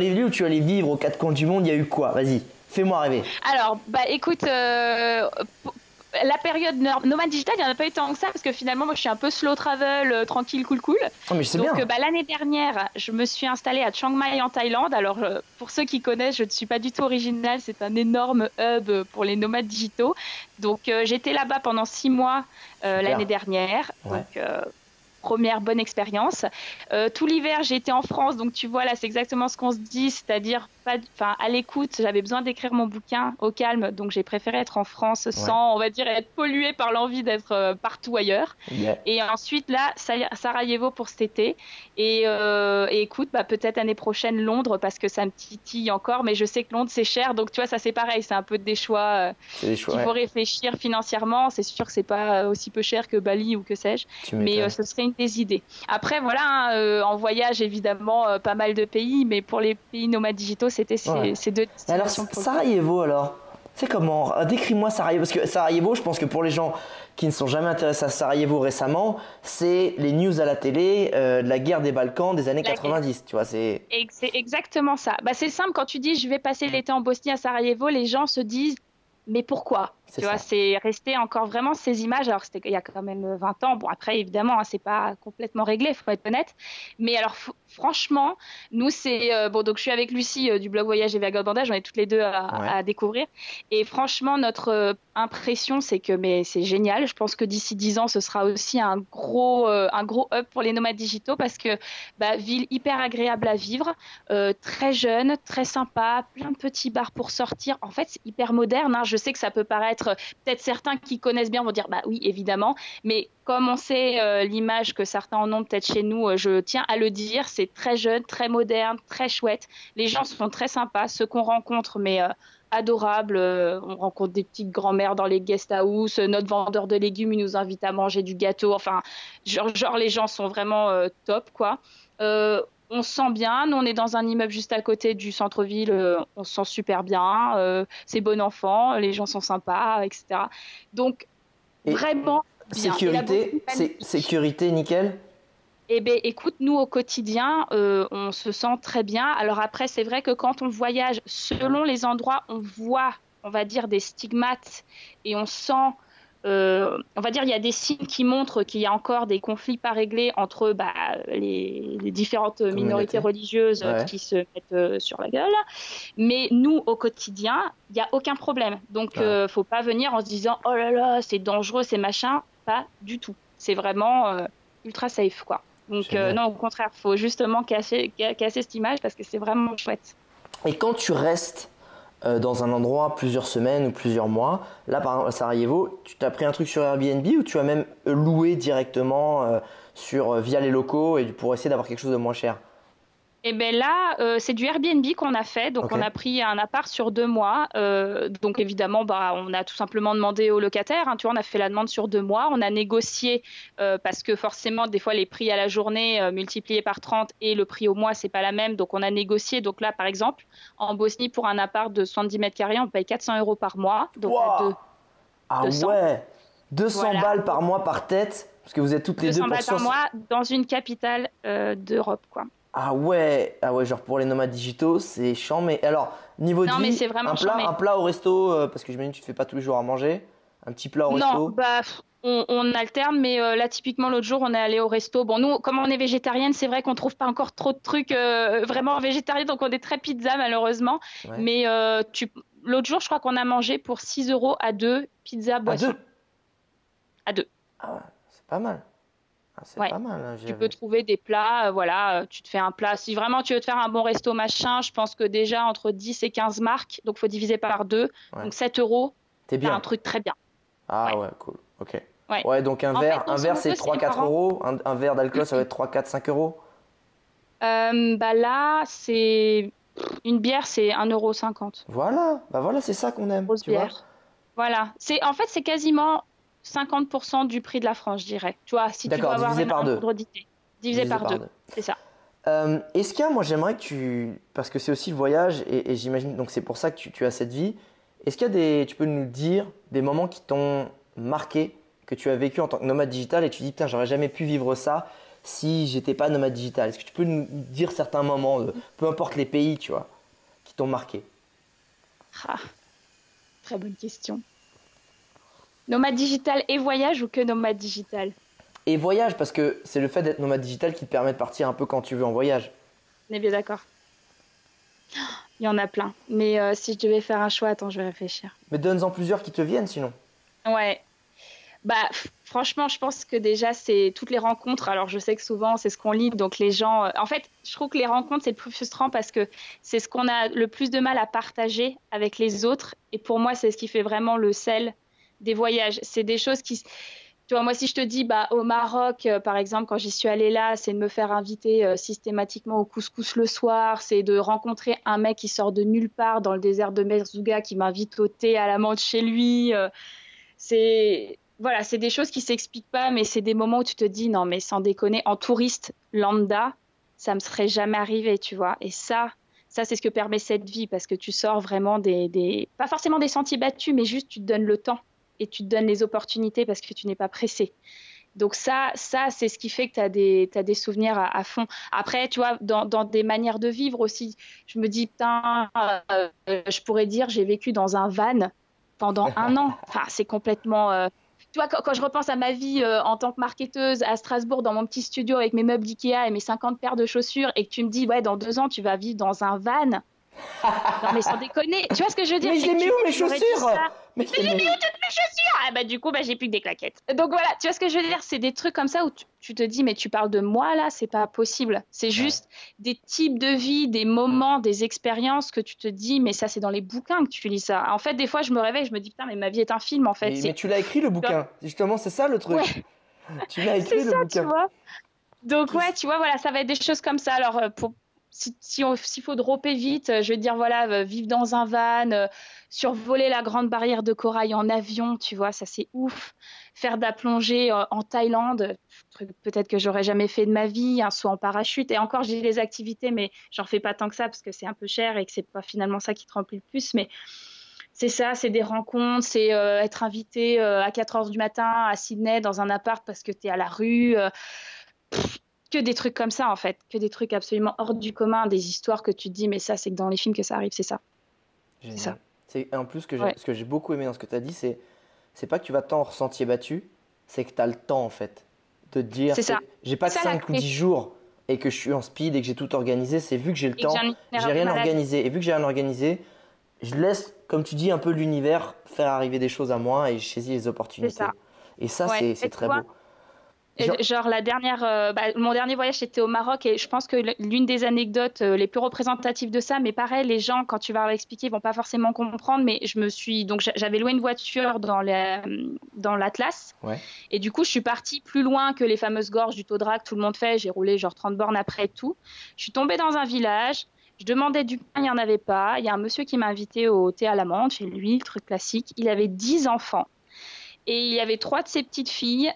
A: aux quatre coins du monde, il y a eu quoi? Vas-y, fais-moi rêver.
B: Alors, écoute, la période nomade digital, il n'y en a pas eu tant que ça parce que finalement, moi, je suis un peu slow travel, tranquille, cool.
A: Oh, mais
B: donc, l'année dernière, je me suis installée à Chiang Mai en Thaïlande. Alors, pour ceux qui connaissent, je ne suis pas du tout originale. C'est un énorme hub pour les nomades digitaux. Donc, j'étais là-bas pendant 6 mois l'année dernière. Ouais. Donc, première bonne expérience. Tout l'hiver, j'ai été en France, donc tu vois, là, c'est exactement ce qu'on se dit, c'est-à-dire à l'écoute. J'avais besoin d'écrire mon bouquin au calme, donc j'ai préféré être en France sans, on va dire, être polluée par l'envie d'être partout ailleurs.
A: Yeah.
B: Et ensuite, là, Sarajevo pour cet été. Et écoute, peut-être l'année prochaine, Londres, parce que ça me titille encore, mais je sais que Londres, c'est cher, donc tu vois, ça c'est pareil, c'est un peu des choix qu'il faut réfléchir financièrement. C'est sûr que c'est pas aussi peu cher que Bali ou que sais-je, mais ce serait une des idées. Après, voilà, en voyage, évidemment, pas mal de pays, mais pour les pays nomades digitaux, c'était ces deux destinations.
A: Alors, Sarajevo, alors, c'est comment? Décris-moi Sarajevo, parce que Sarajevo, je pense que pour les gens qui ne sont jamais intéressés à Sarajevo récemment, c'est les news à la télé de la guerre des Balkans des années 90, tu vois, c'est
B: exactement ça. C'est simple, quand tu dis je vais passer l'été en Bosnie à Sarajevo, les gens se disent mais pourquoi? Tu vois, c'est resté encore vraiment ces images. Alors, c'était il y a quand même 20 ans. Bon, après, évidemment, c'est pas complètement réglé, faut être honnête. Mais alors, franchement, nous, c'est donc je suis avec Lucie du blog Voyage et Vagabondage. On est toutes les deux à découvrir. Et franchement, notre impression, c'est que c'est génial. Je pense que d'ici 10 ans, ce sera aussi un gros hub pour les nomades digitaux parce que ville hyper agréable à vivre, très jeune, très sympa, plein de petits bars pour sortir. En fait, c'est hyper moderne. Je sais que ça peut paraître, peut-être certains qui connaissent bien vont dire oui, évidemment, mais comme on sait l'image que certains en ont peut-être chez nous, je tiens à le dire, c'est très jeune, très moderne, très chouette. Les gens sont très sympas, ceux qu'on rencontre, mais adorables. On rencontre des petites grand-mères dans les guest house, notre vendeur de légumes, il nous invite à manger du gâteau. Enfin, genre les gens sont vraiment top, quoi. On se sent bien. Nous, on est dans un immeuble juste à côté du centre-ville. On se sent super bien. C'est bon enfant. Les gens sont sympas, etc. Donc, vraiment bien.
A: Sécurité, nickel.
B: Eh bien, écoute, nous, au quotidien, on se sent très bien. Alors après, c'est vrai que quand on voyage, selon les endroits, on voit, on va dire, des stigmates et on sent... on va dire il y a des signes qui montrent qu'il y a encore des conflits pas réglés entre les différentes minorités religieuses qui se mettent sur la gueule. Mais nous, au quotidien, il n'y a aucun problème. Donc, faut pas venir en se disant « Oh là là, c'est dangereux, c'est machin ». Pas du tout. C'est vraiment ultra safe, quoi. Donc, non, au contraire, il faut justement casser cette image parce que c'est vraiment chouette.
A: Et quand tu restes dans un endroit plusieurs semaines ou plusieurs mois, là par exemple à Sarajevo, tu t'as pris un truc sur Airbnb ou tu as même loué directement via les locaux et pour essayer d'avoir quelque chose de moins cher?
B: Et bien là, c'est du Airbnb qu'on a fait. Donc, on a pris un appart sur 2 mois. Donc, évidemment, on a tout simplement demandé au locataire. Tu vois, on a fait la demande sur 2 mois. On a négocié parce que forcément, des fois, les prix à la journée multipliés par 30 et le prix au mois, c'est pas la même. Donc, on a négocié. Donc là, par exemple, en Bosnie, pour un appart de 70 mètres carrés, on paye 400 € par mois. Donc,
A: à 200. Ouais, 200 balles par mois par tête, parce que vous êtes toutes les deux pour
B: 200 balles par mois dans une capitale d'Europe, quoi.
A: Ah ouais, genre pour les nomades digitaux, c'est chiant. Mais alors, niveau de vie,
B: mais c'est vraiment
A: un plat au resto, parce que j'imagine que tu te fais pas tous les jours à manger, un petit plat au resto.
B: Non, on alterne, mais là, typiquement, l'autre jour, on est allé au resto. Bon, nous, comme on est végétarienne, c'est vrai qu'on trouve pas encore trop de trucs vraiment végétariens, donc on est très pizza, malheureusement. Ouais. Mais l'autre jour, je crois qu'on a mangé pour 6 € à 2, pizza, boisson. À 2.
A: Ah ouais, c'est pas mal. C'est pas mal. Hein,
B: tu peux trouver des plats, tu te fais un plat. Si vraiment tu veux te faire un bon resto machin, je pense que déjà entre 10 et 15 marques, donc il faut diviser par 2. Donc 7 €, t'as un truc très bien.
A: Ah ouais, cool. Ok. Ouais, donc un verre c'est 3-4 €. Un verre d'alcool, ça va être 3-4-5 €.
B: Là, c'est une bière, c'est 1,50 €.
A: Voilà, c'est ça qu'on aime.
B: Grosse bière. Voilà. En fait, c'est quasiment 50% du prix de la France, je dirais. Tu vois, si tu veux avoir un ordre d'idée. Divisé par 2, c'est ça.
A: Est-ce qu'il y a, moi j'aimerais que parce que c'est aussi le voyage et j'imagine, donc c'est pour ça que tu as cette vie. Est-ce qu'il y a tu peux nous dire des moments qui t'ont marqué, que tu as vécu en tant que nomade digital et tu dis putain, j'aurais jamais pu vivre ça si j'étais pas nomade digital. Est-ce que tu peux nous dire certains moments, peu importe les pays, tu vois, qui t'ont marqué?
B: Très bonne question. Nomade digital et voyage ou que nomade digital?
A: Et voyage, parce que c'est le fait d'être nomade digital qui te permet de partir un peu quand tu veux en voyage.
B: On est bien d'accord. Il y en a plein. Mais si je devais faire un choix, attends, je vais réfléchir.
A: Mais donne-en plusieurs qui te viennent sinon.
B: Ouais. Franchement, je pense que déjà, c'est toutes les rencontres. Alors, je sais que souvent, c'est ce qu'on lit. Donc, les gens. En fait, je trouve que les rencontres, c'est le plus frustrant parce que c'est ce qu'on a le plus de mal à partager avec les autres. Et pour moi, c'est ce qui fait vraiment le sel des voyages. C'est des choses qui. Tu vois, moi, si je te dis, au Maroc, par exemple, quand j'y suis allée là, c'est de me faire inviter systématiquement au couscous le soir, c'est de rencontrer un mec qui sort de nulle part dans le désert de Merzouga qui m'invite au thé à la menthe chez lui. Voilà, c'est des choses qui s'expliquent pas, mais c'est des moments où tu te dis, non, mais sans déconner, en touriste lambda, ça me serait jamais arrivé, tu vois. Et ça, c'est ce que permet cette vie, parce que tu sors vraiment pas forcément des sentiers battus, mais juste tu te donnes le temps et tu te donnes les opportunités parce que tu n'es pas pressé. Donc ça, c'est ce qui fait que tu as des souvenirs à fond. Après, tu vois, dans des manières de vivre aussi, je me dis, putain, je pourrais dire, j'ai vécu dans un van pendant 1 an. Enfin, c'est complètement... Tu vois, quand je repense à ma vie en tant que marketeuse à Strasbourg, dans mon petit studio avec mes meubles d'Ikea et mes 50 paires de chaussures, et que tu me dis, ouais, dans 2 ans, tu vas vivre dans un van. Non, mais sans déconner. Tu vois ce que je veux dire?
A: Mais je les mets où mes chaussures?
B: Mais je les mets où toutes mes chaussures? Ah du coup, j'ai plus que des claquettes. Donc voilà, tu vois ce que je veux dire? C'est des trucs comme ça où tu te dis, mais tu parles de moi là, c'est pas possible. C'est juste des types de vie, des moments, des expériences que tu te dis, mais ça, c'est dans les bouquins que tu lis ça. En fait, des fois, je me réveille, je me dis, putain, mais ma vie est un film en fait.
A: Mais tu l'as écrit le bouquin. Justement, c'est ça le truc.
B: Ouais.
A: Tu l'as écrit
B: c'est
A: le
B: ça,
A: bouquin.
B: Tu vois. Donc ouais, tu vois, voilà, ça va être des choses comme ça. Alors s'il faut dropper vite, je vais te dire voilà, vivre dans un van, survoler la grande barrière de corail en avion, tu vois, ça c'est ouf. Faire de la plongée en Thaïlande, truc peut-être que j'aurais jamais fait de ma vie, un saut en parachute. Et encore, j'ai les activités, mais j'en fais pas tant que ça parce que c'est un peu cher et que c'est pas finalement ça qui te remplit le plus. Mais c'est ça, c'est des rencontres, c'est être invité à 4 heures du matin à Sydney dans un appart parce que tu es à la rue. Que des trucs comme ça, en fait. Que des trucs absolument hors du commun, des histoires que tu te dis, mais ça, c'est que dans les films que ça arrive, c'est ça.
A: Génial.
B: C'est ça.
A: En plus, ce que j'ai beaucoup aimé dans ce que tu as dit, c'est pas que tu vas tant en sentier battu, c'est que tu as le temps, en fait, de te dire, j'ai pas que 5 ou 10 jours et que je suis en speed et que j'ai tout organisé, c'est vu que j'ai le temps, j'ai rien organisé. Et vu que j'ai rien organisé, je laisse, comme tu dis, un peu l'univers faire arriver des choses à moi et je saisis les opportunités. Ça. Et ça, c'est très beau.
B: Genre mon dernier voyage c'était au Maroc et je pense que l'une des anecdotes les plus représentatives de ça, mais pareil, les gens quand tu vas leur expliquer ils vont pas forcément comprendre, mais j'avais loué une voiture dans l'Atlas et du coup je suis partie plus loin que les fameuses gorges du Todra que tout le monde fait, j'ai roulé genre 30 bornes après et tout, je suis tombée dans un village, je demandais du pain, il n'y en avait pas, il y a un monsieur qui m'a invité au thé à la menthe chez lui, le truc classique, il avait 10 enfants. Et il y avait 3 de ses petites filles,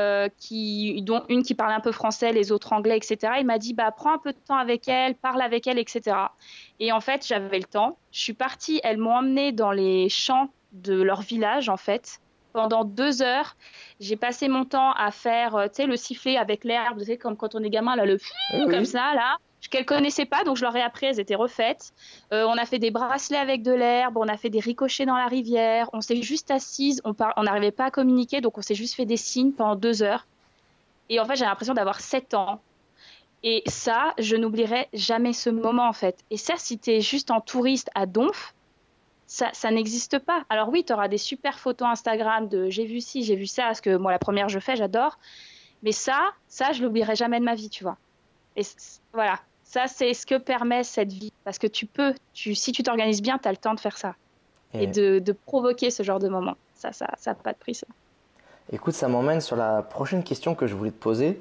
B: dont une qui parlait un peu français, les autres anglais, etc. Il m'a dit, prends un peu de temps avec elle, parle avec elle, etc. Et en fait, j'avais le temps. Je suis partie, elles m'ont emmenée dans les champs de leur village, en fait. Pendant 2 heures, j'ai passé mon temps à faire, le sifflet avec l'herbe, comme quand on est gamin, là, comme ça, là. Qu'elles connaissaient pas, donc je leur ai appris, elles étaient refaites. On a fait des bracelets avec de l'herbe, on a fait des ricochets dans la rivière, on s'est juste assises, on n'arrivait pas à communiquer, donc on s'est juste fait des signes pendant 2 heures. Et en fait, j'ai l'impression d'avoir 7 ans. Et ça, je n'oublierai jamais ce moment, en fait. Et ça, si tu es juste en touriste à Donf, ça n'existe pas. Alors oui, tu auras des super photos Instagram de j'ai vu ci, j'ai vu ça, parce que moi, la première, je fais, j'adore. Mais ça, je l'oublierai jamais de ma vie, tu vois. Et voilà. Ça, c'est ce que permet cette vie. Parce que si tu t'organises bien, tu as le temps de faire ça. Et de provoquer ce genre de moment. Ça n'a pas de prix, ça.
A: Écoute, ça m'emmène sur la prochaine question que je voulais te poser.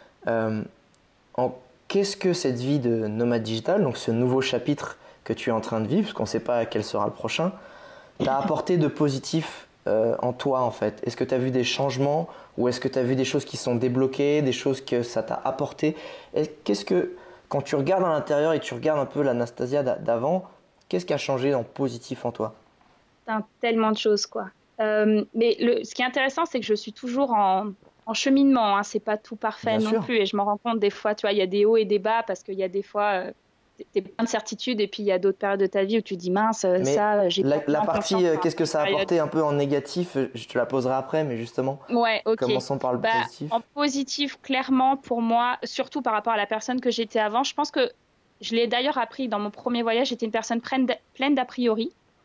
A: Qu'est-ce que cette vie de nomade digital, donc ce nouveau chapitre que tu es en train de vivre, parce qu'on ne sait pas quel sera le prochain, t'a apporté de positif en toi, en fait? Est-ce que tu as vu des changements ou est-ce que tu as vu des choses qui sont débloquées, des choses que ça t'a apporté? Quand tu regardes à l'intérieur et tu regardes un peu l'Anastasia d'avant, qu'est-ce qui a changé en positif en toi?
B: Tellement de choses, quoi. Mais ce qui est intéressant, c'est que je suis toujours en cheminement. Hein. C'est pas tout parfait non plus. Et je m'en rends compte des fois, tu vois, il y a des hauts et des bas parce qu'il y a des fois, t'es plein de certitudes et puis il y a d'autres périodes de ta vie où tu dis mince, j'ai pas
A: la partie, qu'est-ce que ça a apporté un peu en négatif, je te la poserai après, mais justement, commençons par le positif.
B: En positif, clairement, pour moi, surtout par rapport à la personne que j'étais avant, je pense que je l'ai d'ailleurs appris dans mon premier voyage, j'étais une personne pleine d'a priori.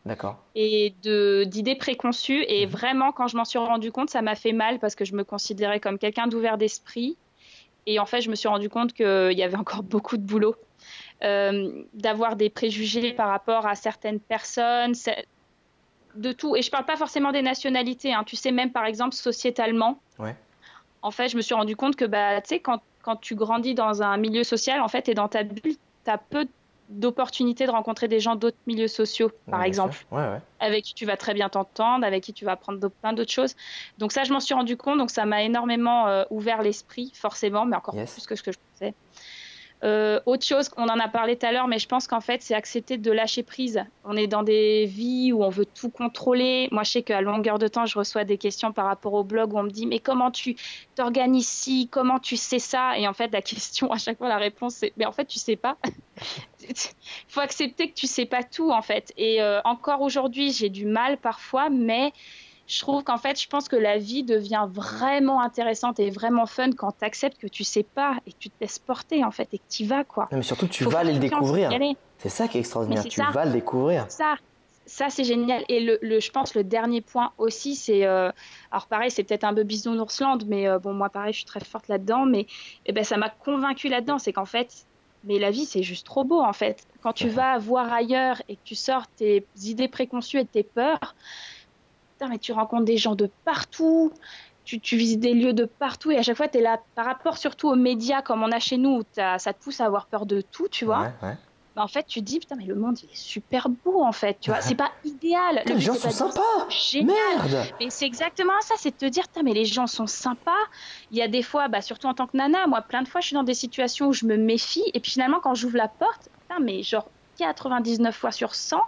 A: D'accord.
B: et d'idées préconçues. Et vraiment, quand je m'en suis rendu compte, ça m'a fait mal parce que je me considérais comme quelqu'un d'ouvert d'esprit. Et en fait, je me suis rendu compte qu'il y avait encore beaucoup de boulot. D'avoir des préjugés par rapport à certaines personnes, de tout. Et je parle pas forcément des nationalités, hein. Tu sais, même par exemple, sociétalement,
A: Ouais.
B: en fait, je me suis rendu compte que, bah, tu sais, quand tu grandis dans un milieu social, en fait, et dans ta bulle, tu as peu d'opportunités de rencontrer des gens d'autres milieux sociaux, par
A: Bien sûr.
B: exemple,
A: Ouais, ouais.
B: avec qui tu vas très bien t'entendre, avec qui tu vas apprendre plein d'autres choses. Donc ça, je m'en suis rendu compte. Donc ça m'a énormément ouvert l'esprit, forcément, mais encore
A: Yes.
B: plus que ce que je pensais. Autre chose, on en a parlé tout à l'heure, mais je pense qu'en fait, c'est accepter de lâcher prise. On est dans des vies où on veut tout contrôler. Moi, je sais qu'à longueur de temps, je reçois des questions par rapport au blog où on me dit, mais comment tu t'organises ci? Comment tu sais ça? Et en fait, la question, à chaque fois, la réponse, c'est, mais en fait, tu sais pas. Il faut accepter que tu sais pas tout, en fait. Et encore aujourd'hui, j'ai du mal parfois, mais je trouve qu'en fait, je pense que la vie devient vraiment intéressante et vraiment fun quand tu acceptes que tu sais pas et que tu te laisses porter, en fait, et que tu y vas, quoi.
A: Non, mais surtout,
B: Il
A: tu
B: faut
A: vas
B: faire
A: aller le
B: confiance et y
A: découvrir.
B: aller.
A: C'est ça qui est
B: Mais
A: extraordinaire.
B: c'est
A: Tu
B: ça,
A: vas le découvrir.
B: ça, ça c'est génial. Et je pense le dernier point aussi, c'est, alors pareil, c'est peut-être un peu bisounoursland, mais bon, moi pareil, je suis très forte là-dedans, mais eh ben, ça m'a convaincue là-dedans, c'est qu'en fait, mais la vie, c'est juste trop beau, en fait. Quand tu vas voir ailleurs et que tu sors tes idées préconçues et tes peurs, putain, mais tu rencontres des gens de partout, tu visites des lieux de partout, et à chaque fois, tu es là, par rapport surtout aux médias comme on a chez nous, où ça te pousse à avoir peur de tout, tu vois.
A: Ouais, ouais.
B: Bah, en fait, tu te dis, putain, mais le monde, il est super beau, en fait, tu vois. C'est pas idéal.
A: Putain,
B: Le
A: les
B: but,
A: gens
B: c'est
A: sont
B: pas de dire,
A: sympas.
B: c'est génial.
A: Merde.
B: Mais c'est exactement ça, c'est de te dire, putain, mais les gens sont sympas. Il y a des fois, bah, surtout en tant que nana, moi, plein de fois, je suis dans des situations où je me méfie. Et puis finalement, quand j'ouvre la porte, putain, mais genre 99 fois sur 100,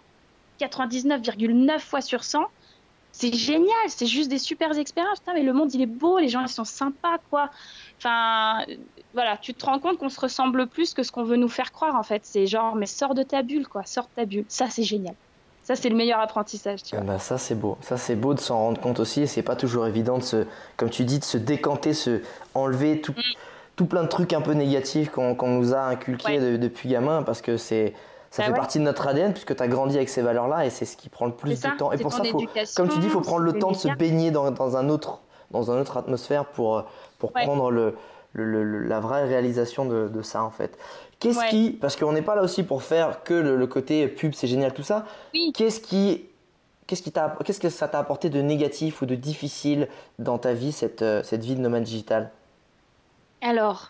B: 99,9 fois sur 100, c'est génial, c'est juste des super expériences. Putain, mais le monde, il est beau, les gens, ils sont sympas, quoi. Enfin, voilà, tu te rends compte qu'on se ressemble plus que ce qu'on veut nous faire croire, en fait. C'est genre, mais sors de ta bulle, quoi, sors de ta bulle. Ça, c'est génial. Ça, c'est le meilleur apprentissage, tu
A: Ah
B: vois.
A: bah ça c'est beau, ça c'est beau de s'en rendre compte aussi et c'est pas toujours évident de se, comme tu dis, de se décanter, se enlever tout plein de trucs un peu négatifs qu'on nous a inculqués
B: Ouais,
A: depuis gamin parce que ça
B: bah
A: fait
B: ouais,
A: partie de notre ADN puisque tu as grandi avec ces valeurs-là et c'est ce qui prend le
B: c'est
A: plus de
B: ça.
A: temps et
B: C'est
A: pour
B: ton
A: ça comme tu dis, il faut
B: éducation,
A: prendre
B: c'est
A: le
B: les
A: temps de se
B: médias.
A: baigner dans un autre atmosphère pour
B: Ouais,
A: prendre la vraie réalisation de ça en fait.
B: ouais,
A: Parce qu'on n'est pas là aussi pour faire que le côté pub, c'est génial tout ça.
B: oui.
A: Qu'est-ce qui qu'est-ce que ça t'a apporté de négatif ou de difficile dans ta vie, cette vie de nomade digital?
B: Alors,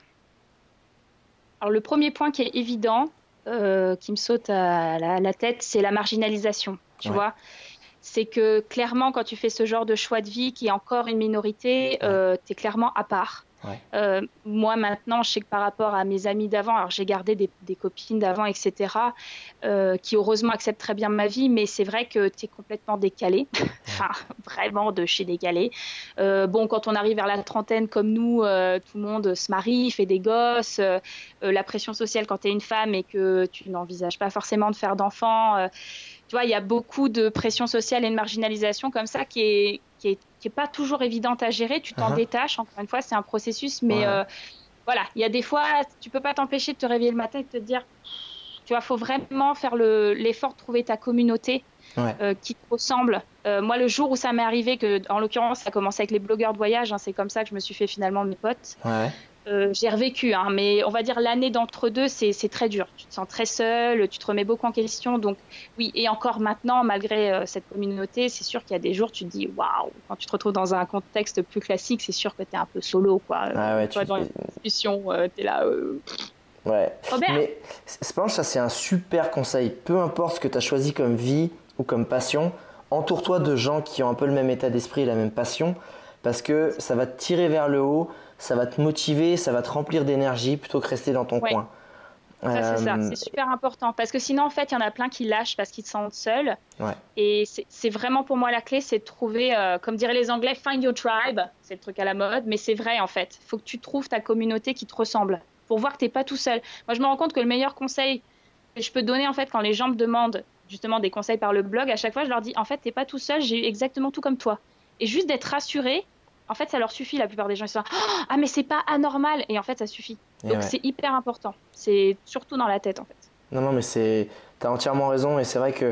B: le premier point qui est évident, qui me saute à la tête, c'est la marginalisation, tu
A: Ouais,
B: vois. C'est que clairement, quand tu fais ce genre de choix de vie qui est encore une minorité,
A: ouais,
B: tu es clairement à part.
A: ouais.
B: Moi, maintenant, je sais que par rapport à mes amis d'avant, alors j'ai gardé des copines d'avant, etc., qui heureusement acceptent très bien ma vie, mais c'est vrai que tu es complètement décalé,
A: Ouais.
B: enfin, vraiment de chez décalé. Bon, quand on arrive vers la trentaine comme nous, tout le monde se marie, fait des gosses, la pression sociale quand tu es une femme et que tu n'envisages pas forcément de faire d'enfants. Tu vois, il y a beaucoup de pression sociale et de marginalisation comme ça qui est pas toujours évidente à gérer. Tu t'en
A: Uhum.
B: détaches. Encore une fois, c'est un processus,
A: Ouais,
B: mais
A: ouais.
B: voilà, il y a des fois, tu peux pas t'empêcher de te réveiller le matin et de te dire, tu vois, faut vraiment faire l'effort de trouver ta communauté
A: Ouais.
B: qui te ressemble. Moi, le jour où ça m'est arrivé, que, en l'occurrence, ça a commencé avec les blogueurs de voyage, hein, c'est comme ça que je me suis fait finalement mes potes.
A: Ouais.
B: J'ai revécu, hein, mais on va dire l'année d'entre deux, c'est très dur. Tu te sens très seul, tu te remets beaucoup en question. Donc oui, et encore maintenant, malgré cette communauté, c'est sûr qu'il y a des jours, tu te dis waouh. Quand tu te retrouves dans un contexte plus classique, c'est sûr que tu es un peu solo, quoi.
A: Ah ouais,
B: Toi, dans une discussion, tu es là.
A: ouais.
B: Robert,
A: Mais je pense que ça c'est un super conseil. Peu importe ce que tu as choisi comme vie ou comme passion, entoure-toi de gens qui ont un peu le même état d'esprit et la même passion parce que ça va te tirer vers le haut, ça va te motiver, ça va te remplir d'énergie plutôt que rester dans ton
B: ouais.
A: coin.
B: Ça, c'est ça,
A: Euh,
B: c'est super important parce que sinon, en fait, il y en a plein qui lâchent parce qu'ils se sentent seuls.
A: ouais.
B: Et c'est vraiment pour moi la clé, c'est de trouver, comme diraient les Anglais, find your tribe. C'est le truc à la mode, mais c'est vrai en fait. Il faut que tu trouves ta communauté qui te ressemble pour voir que tu n'es pas tout seul. Moi, je me rends compte que le meilleur conseil que je peux donner en fait quand les gens me demandent justement des conseils par le blog, à chaque fois, je leur dis en fait, tu n'es pas tout seul, j'ai eu exactement tout comme toi. Et juste d'être rassuré, en fait, ça leur suffit. La plupart des gens ils sont là, ah, mais c'est pas anormal. Et en fait, ça suffit.
A: Et
B: Donc,
A: ouais.
B: c'est hyper important. C'est surtout dans la tête en fait.
A: Non, non, mais t'as entièrement raison et c'est vrai que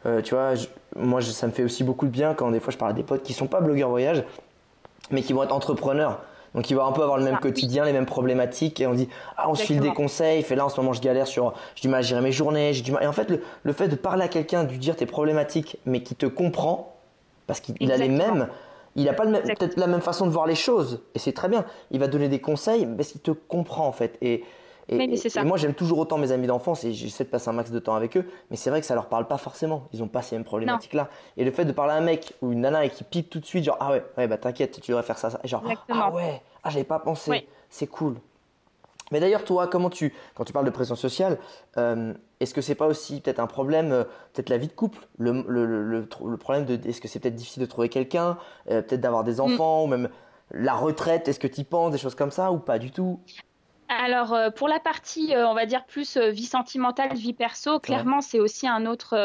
A: Tu vois, moi, ça me fait aussi beaucoup de bien quand des fois je parle à des potes qui sont pas blogueurs voyage, mais qui vont être entrepreneurs. Donc, ils vont un peu avoir le même quotidien, les mêmes problématiques. Et on dit, ah, on se file des conseils. Fait là, en ce moment, je galère j'ai du mal à gérer mes journées. J'ai du mal. Et en fait, le fait de parler à quelqu'un, de lui dire tes problématiques, mais qui te comprend, parce qu'il a les mêmes, il n'a pas peut-être la même façon de voir les choses. Et c'est très bien. Il va donner des conseils parce qu'il te comprend, en fait. Et moi, j'aime toujours autant mes amis d'enfance et j'essaie de passer un max de temps avec eux. Mais c'est vrai que ça leur parle pas forcément. Ils n'ont pas ces mêmes problématiques-là. Et le fait de parler à un mec ou une nana et qui pique tout de suite, genre, ah ouais, bah t'inquiète, tu devrais faire ça. Et genre, ah ouais, j'avais pas pensé. Oui. C'est cool. Mais d'ailleurs, toi, quand tu parles de pression sociale, est-ce que c'est pas aussi peut-être un problème, peut-être la vie de couple, le problème est-ce que c'est peut-être difficile de trouver quelqu'un, peut-être d'avoir des enfants, ou même la retraite, est-ce que tu y penses, des choses comme ça, ou pas du tout?
B: Alors, pour la partie, on va dire plus vie sentimentale, vie perso, clairement, c'est aussi un autre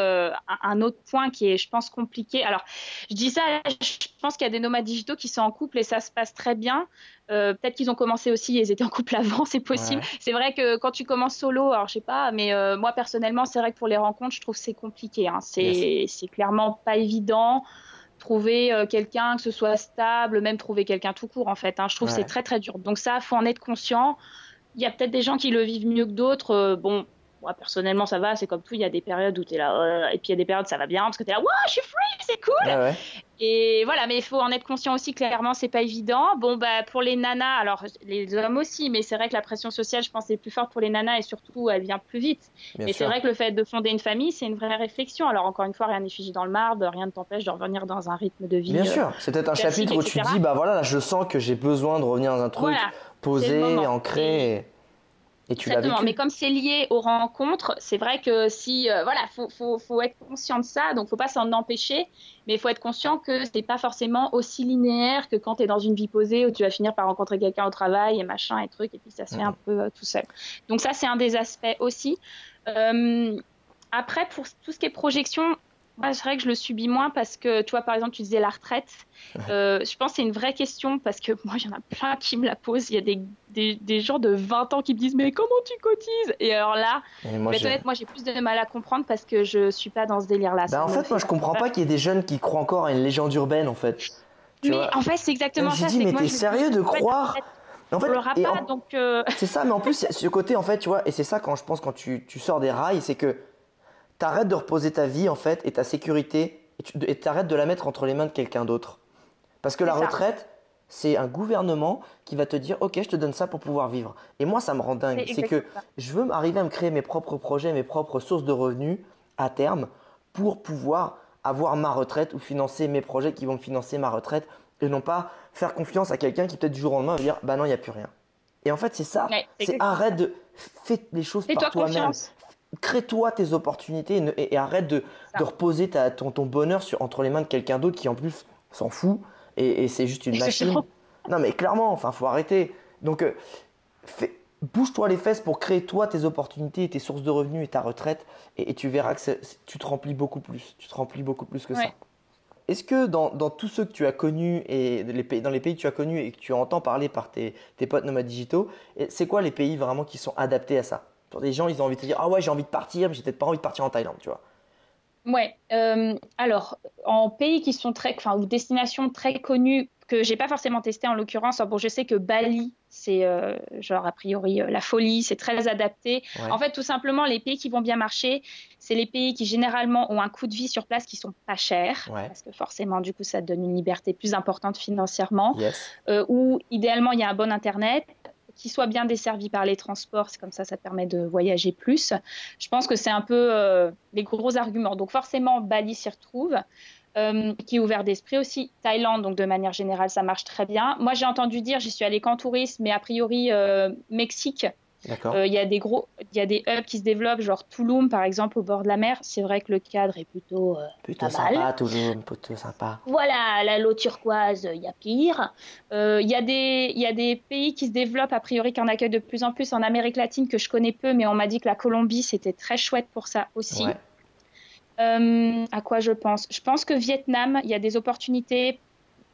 B: point qui est, je pense, compliqué. Alors, je dis ça, je pense qu'il y a des nomades digitaux qui sont en couple et ça se passe très bien. Peut-être qu'ils ont commencé aussi, ils étaient en couple avant, c'est possible. Ouais. C'est vrai que quand tu commences solo, alors je sais pas, mais moi personnellement, c'est vrai que pour les rencontres, je trouve que c'est compliqué. Hein. C'est clairement pas évident. Trouver quelqu'un, que ce soit stable, même trouver quelqu'un tout court en fait. Hein. Je trouve que c'est très très dur. Donc ça, faut en être conscient. Il y a peut-être des gens qui le vivent mieux que d'autres. Bon, moi personnellement ça va, c'est comme tout. Il y a des périodes où tu es là, et puis il y a des périodes où ça va bien parce que tu es là, je suis free, c'est cool. Ouais. Et voilà, mais il faut en être conscient aussi, clairement, c'est pas évident. Bon, bah, pour les nanas, alors les hommes aussi, mais c'est vrai que la pression sociale, je pense, est plus forte pour les nanas et surtout, elle vient plus vite. Mais c'est vrai que le fait de fonder une famille, c'est une vraie réflexion. Alors, encore une fois, rien n'est figé dans le marbre, rien ne t'empêche de revenir dans un rythme de vie.
A: Bien sûr, c'est peut-être un chapitre où tu te dis, bah voilà, là, je sens que j'ai besoin de revenir dans un truc posé, ancré. Et tu l'as vécu.
B: Mais comme c'est lié aux rencontres, c'est vrai que si faut être conscient de ça, donc faut pas s'en empêcher, mais il faut être conscient que c'est pas forcément aussi linéaire que quand tu es dans une vie posée où tu vas finir par rencontrer quelqu'un au travail et machin et truc et puis ça se fait un peu tout seul. Donc ça c'est un des aspects aussi. Après pour tout ce qui est projection, moi, c'est vrai que je le subis moins parce que, tu vois, par exemple, tu disais la retraite. Je pense que c'est une vraie question parce que moi, il y en a plein qui me la posent. Il y a des gens de 20 ans qui me disent « Mais comment tu cotises ?» Et alors là, moi, j'ai plus de mal à comprendre parce que je ne suis pas dans ce délire-là.
A: Bah, en fait, moi, je ne comprends pas qu'il y ait des jeunes qui croient encore à une légende urbaine, en fait.
B: En fait, c'est exactement ça.
A: Je dis, mais t'es sérieux de croire en fait,
B: on l'aura pas, donc…
A: C'est ça, mais en plus, ce côté, en fait, tu vois, et c'est ça quand je pense quand tu sors des rails, c'est que t'arrêtes de reposer ta vie en fait et ta sécurité et t'arrêtes de la mettre entre les mains de quelqu'un d'autre. Parce que la retraite, c'est un gouvernement qui va te dire « Ok, je te donne ça pour pouvoir vivre ». Et moi, ça me rend dingue. C'est que je veux arriver à me créer mes propres projets, mes propres sources de revenus à terme pour pouvoir avoir ma retraite ou financer mes projets qui vont me financer ma retraite et non pas faire confiance à quelqu'un qui peut-être du jour au lendemain va dire « Bah non, il n'y a plus rien ». Et en fait, c'est ça. C'est arrête de faire les choses par toi-même. Crée-toi tes opportunités et arrête de reposer ton bonheur entre les mains de quelqu'un d'autre qui en plus s'en fout et c'est juste une machine. Non mais clairement, enfin faut arrêter. Donc bouge-toi les fesses pour créer toi tes opportunités, tes sources de revenus et ta retraite et tu verras que tu te remplis beaucoup plus. Tu te remplis beaucoup plus que ça. Est-ce que dans tous ceux que tu as connus et dans les pays que tu as connus et que tu entends parler par tes potes nomades digitaux, c'est quoi les pays vraiment qui sont adaptés à ça? Pour des gens, ils ont envie de te dire « Ah ouais, j'ai envie de partir, mais j'ai peut-être pas envie de partir en Thaïlande, tu vois. »
B: Ouais. Alors, en pays qui sont ou destinations très connues que j'ai pas forcément testé en l'occurrence. Bon, je sais que Bali, c'est genre a priori la folie, c'est très adapté. Ouais. En fait, tout simplement, les pays qui vont bien marcher, c'est les pays qui généralement ont un coût de vie sur place qui sont pas chers, parce que forcément, du coup, ça te donne une liberté plus importante financièrement.
A: Yes.
B: Où idéalement, il y a un bon internet, qui soit bien desservi par les transports, c'est comme ça te permet de voyager plus. Je pense que c'est un peu les gros arguments. Donc forcément, Bali s'y retrouve, qui est ouvert d'esprit aussi. Thaïlande, donc de manière générale, ça marche très bien. Moi, j'ai entendu dire, j'y suis allée qu'en tourisme, mais a priori, Mexique, il y a des hubs qui se développent, genre Tulum, par exemple, au bord de la mer. C'est vrai que le cadre est plutôt pas
A: sympa,
B: mal.
A: Tulum, plutôt sympa.
B: Voilà, l'eau turquoise, il y a pire. Il y a des pays qui se développent, a priori, qui en accueillent de plus en plus en Amérique latine, que je connais peu, mais on m'a dit que la Colombie, c'était très chouette pour ça aussi.
A: Ouais.
B: À quoi je pense? Je pense que Vietnam, il y a des opportunités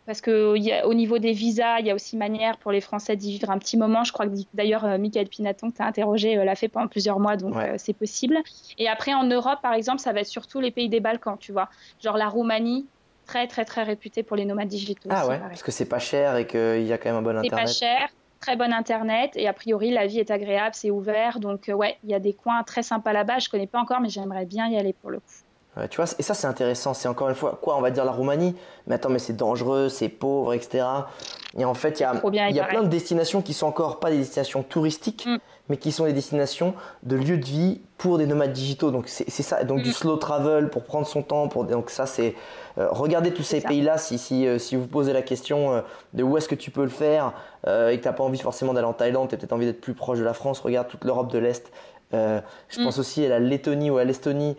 B: Parce qu'au niveau des visas, il y a aussi manière pour les Français d'y vivre un petit moment. Je crois que d'ailleurs, Michael Pinaton, que tu as interrogé, l'a fait pendant plusieurs mois, donc
A: Ouais.
B: c'est possible. Et après, en Europe, par exemple, ça va être surtout les pays des Balkans, tu vois. Genre la Roumanie, très, très, très réputée pour les nomades digitaux
A: Ah
B: aussi,
A: ouais,
B: pareil.
A: parce que c'est pas cher et qu'il y a quand même un bon
B: C'est pas
A: internet.
B: cher, très bon Internet, et a priori, la vie est agréable, c'est ouvert. Donc, ouais, il y a des coins très sympas là-bas. Je connais pas encore, mais j'aimerais bien y aller pour le coup.
A: Ouais, tu vois, et ça c'est intéressant, c'est encore une fois, quoi, on va dire la Roumanie, mais attends, mais c'est dangereux, c'est pauvre, etc. Et en fait,
B: C'est trop bien,
A: il
B: il
A: y a plein
B: paraît.
A: de destinations qui sont encore pas des destinations touristiques,
B: Mm,
A: mais qui sont des destinations de lieux de vie pour des nomades digitaux. Donc c'est ça, donc du
B: mm,
A: slow travel pour prendre son temps, donc ça c'est, regardez tous
B: c'est
A: ces
B: ça.
A: pays-là si vous posez la question de où est-ce que tu peux le faire et que t'as pas envie forcément d'aller en Thaïlande, t'as peut-être envie d'être plus proche de la France, regarde toute l'Europe de l'Est. Je
B: Mm.
A: pense aussi à la Lettonie ou à l'Estonie.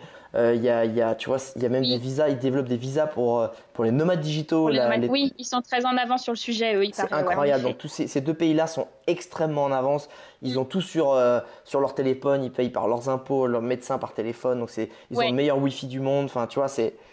A: Tu vois, il y a même des
B: Oui,
A: visas, ils développent des visas pour les nomades digitaux.
B: pour les nomades. Oui, ils sont très en avant sur le sujet, eux, il
A: C'est
B: paraît, ouais, en
A: incroyable. Donc
B: effet.
A: tous ces deux pays-là sont extrêmement en avance. Ils
B: Mm.
A: ont tout sur leur téléphone, ils payent par leurs impôts, leurs médecins par téléphone. Donc ils ont le
B: Ouais,
A: meilleur Wi-Fi du monde. Enfin, tu vois,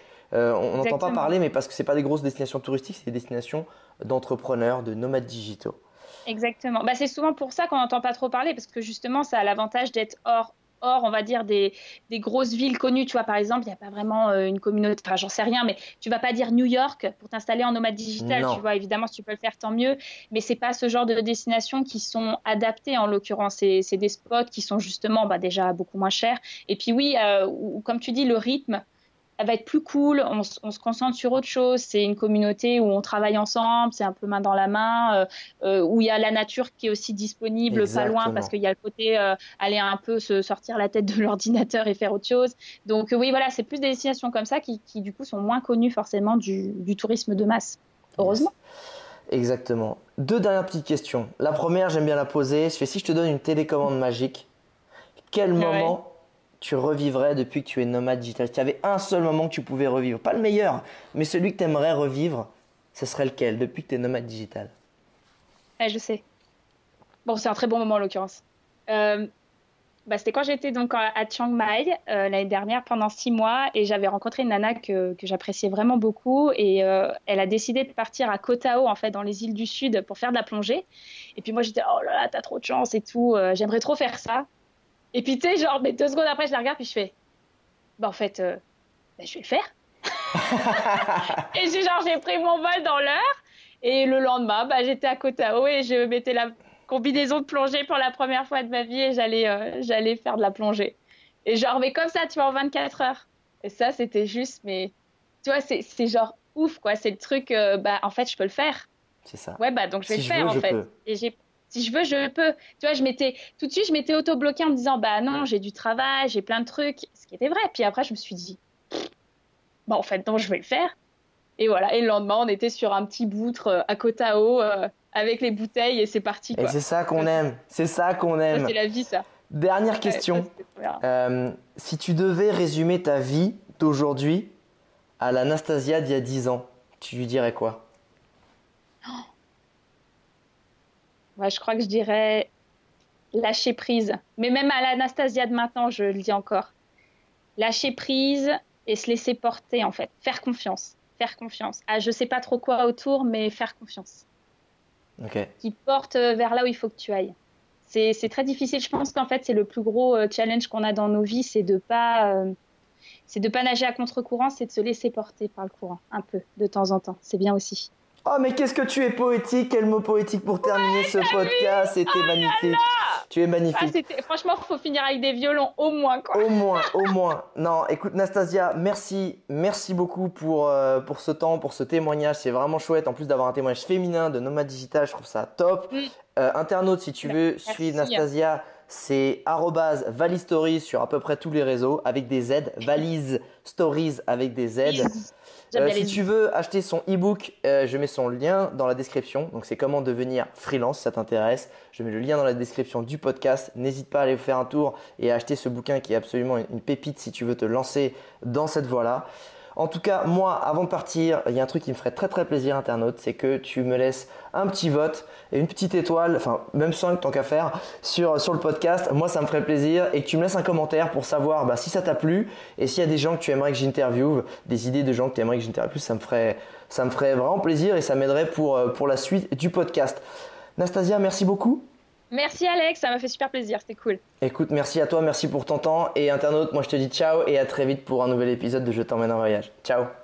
A: on n'entend pas
B: exactement.
A: parler, mais parce que c'est pas des grosses destinations touristiques, c'est des destinations d'entrepreneurs, de nomades digitaux.
B: Exactement. Bah, c'est souvent pour ça qu'on n'entend pas trop parler, parce que justement, ça a l'avantage d'être hors, on va dire, des grosses villes connues. Tu vois, par exemple, il n'y a pas vraiment une communauté, enfin, j'en sais rien, mais tu vas pas dire New York pour t'installer en nomade digital.
A: Non,
B: Tu vois, évidemment, si tu peux le faire, tant mieux. Mais c'est pas ce genre de destinations qui sont adaptées, en l'occurrence. C'est des spots qui sont justement bah, déjà beaucoup moins chers. Et puis oui, comme tu dis, le rythme elle va être plus cool, on se concentre sur autre chose. C'est une communauté où on travaille ensemble, c'est un peu main dans la main, où il y a la nature qui est aussi disponible, pas loin, parce
A: exactement.
B: qu'il y a le côté aller un peu se sortir la tête de l'ordinateur et faire autre chose. Donc oui, voilà, c'est plus des destinations comme ça qui du coup sont moins connues forcément du tourisme de masse.
A: Yes.
B: Heureusement.
A: Exactement. Deux dernières petites questions. La première, j'aime bien la poser. Si je te donne une télécommande magique, quel
B: Ouais.
A: moment tu revivrais depuis que tu es nomade digital? Si tu avais un seul moment que tu pouvais revivre, pas le meilleur, mais celui que tu aimerais revivre, ce serait lequel depuis que tu es nomade digital?
B: Ouais, je sais. Bon, c'est un très bon moment en l'occurrence. Euh, Bah, c'était quand j'étais donc à Chiang Mai l'année dernière pendant 6 mois et j'avais rencontré une nana que j'appréciais vraiment beaucoup et elle a décidé de partir à Koh Tao en fait dans les îles du Sud pour faire de la plongée et puis moi j'étais oh là là t'as trop de chance et tout j'aimerais trop faire ça et puis tu sais genre mais 2 secondes après je la regarde puis je fais bah en fait bah, je vais le faire et j'ai pris mon vol dans l'heure et le lendemain bah j'étais à Koh Tao et je mettais la combinaison de plongée pour la première fois de ma vie et j'allais faire de la plongée. Et genre, mais comme ça, tu vois, en 24 heures. Et ça, c'était juste, mais tu vois, c'est genre ouf, quoi. C'est le truc, bah, en fait, je peux le faire.
A: C'est ça.
B: Ouais, bah, donc je vais
A: Si
B: le
A: je
B: faire,
A: veux,
B: en
A: je
B: fait.
A: peux.
B: Et si je veux, je peux. Tu vois, tout de suite, je m'étais auto-bloquée en me disant, bah non, j'ai du travail, j'ai plein de trucs, ce qui était vrai. Puis après, je me suis dit, bah, en fait, non, je vais le faire. Et voilà. Et le lendemain, on était sur un petit boutre à Koh Tao, avec les bouteilles et c'est parti,
A: Et
B: quoi.
A: c'est ça
B: Ça,
A: qu'on aime. C'est ça qu'on
B: ça,
A: aime.
B: c'est la vie, ça.
A: Dernière
B: Ouais, ça,
A: question.
B: c'était trop bien.
A: Si tu devais résumer ta vie d'aujourd'hui à l'Anastasia d'il y a 10 ans, tu lui dirais quoi?
B: Ouais, je crois que je dirais lâcher prise. Mais même à l'Anastasia de maintenant, je le dis encore. Lâcher prise et se laisser porter, en fait. Faire confiance. Faire confiance. Ah, je sais pas trop quoi autour, mais faire confiance.
A: Ok.
B: Qui porte vers là où il faut que tu ailles. C'est très difficile. Je pense qu'en fait, c'est le plus gros challenge qu'on a dans nos vies, c'est de pas nager à contre-courant, c'est de se laisser porter par le courant, un peu, de temps en temps. C'est bien aussi.
A: Oh, mais qu'est-ce que tu es poétique! Quel mot poétique pour terminer ce
B: T'as vu?
A: podcast! C'était magnifique!
B: Ah,
A: Tu es
B: ah,
A: magnifique!
B: franchement, faut finir avec des violons au moins, quoi.
A: Au moins, au moins. Non, écoute, Nastasia, merci beaucoup pour ce temps, pour ce témoignage. C'est vraiment chouette. En plus d'avoir un témoignage féminin de Nomade Digital, je trouve ça top.
B: Mm.
A: Internaute, si tu veux suivre
B: Merci.
A: Nastasia, c'est @valistories sur à peu près tous les réseaux avec des Z. Valise Stories avec des Z.
B: J'aime bien
A: Si
B: les
A: tu
B: yeux.
A: veux acheter son e-book, je mets son lien dans la description. Donc c'est comment devenir freelance, si ça t'intéresse. Je mets le lien dans la description du podcast. N'hésite pas à aller faire un tour et à acheter ce bouquin qui est absolument une pépite si tu veux te lancer dans cette voie-là. En tout cas, moi, avant de partir, il y a un truc qui me ferait très très plaisir, internaute, c'est que tu me laisses un petit vote et une petite étoile, enfin même 5 tant qu'à faire, sur le podcast. Moi, ça me ferait plaisir et que tu me laisses un commentaire pour savoir si ça t'a plu et s'il y a des gens que tu aimerais que j'interviewe, des idées de gens que tu aimerais que j'interviewe, ça me ferait vraiment plaisir et ça m'aiderait pour la suite du podcast. Nastasia, merci beaucoup.
B: Merci Alex, ça m'a fait super plaisir, c'était cool.
A: Écoute, merci à toi, merci pour ton temps et internaute, moi je te dis ciao et à très vite pour un nouvel épisode de Je t'emmène en voyage. Ciao.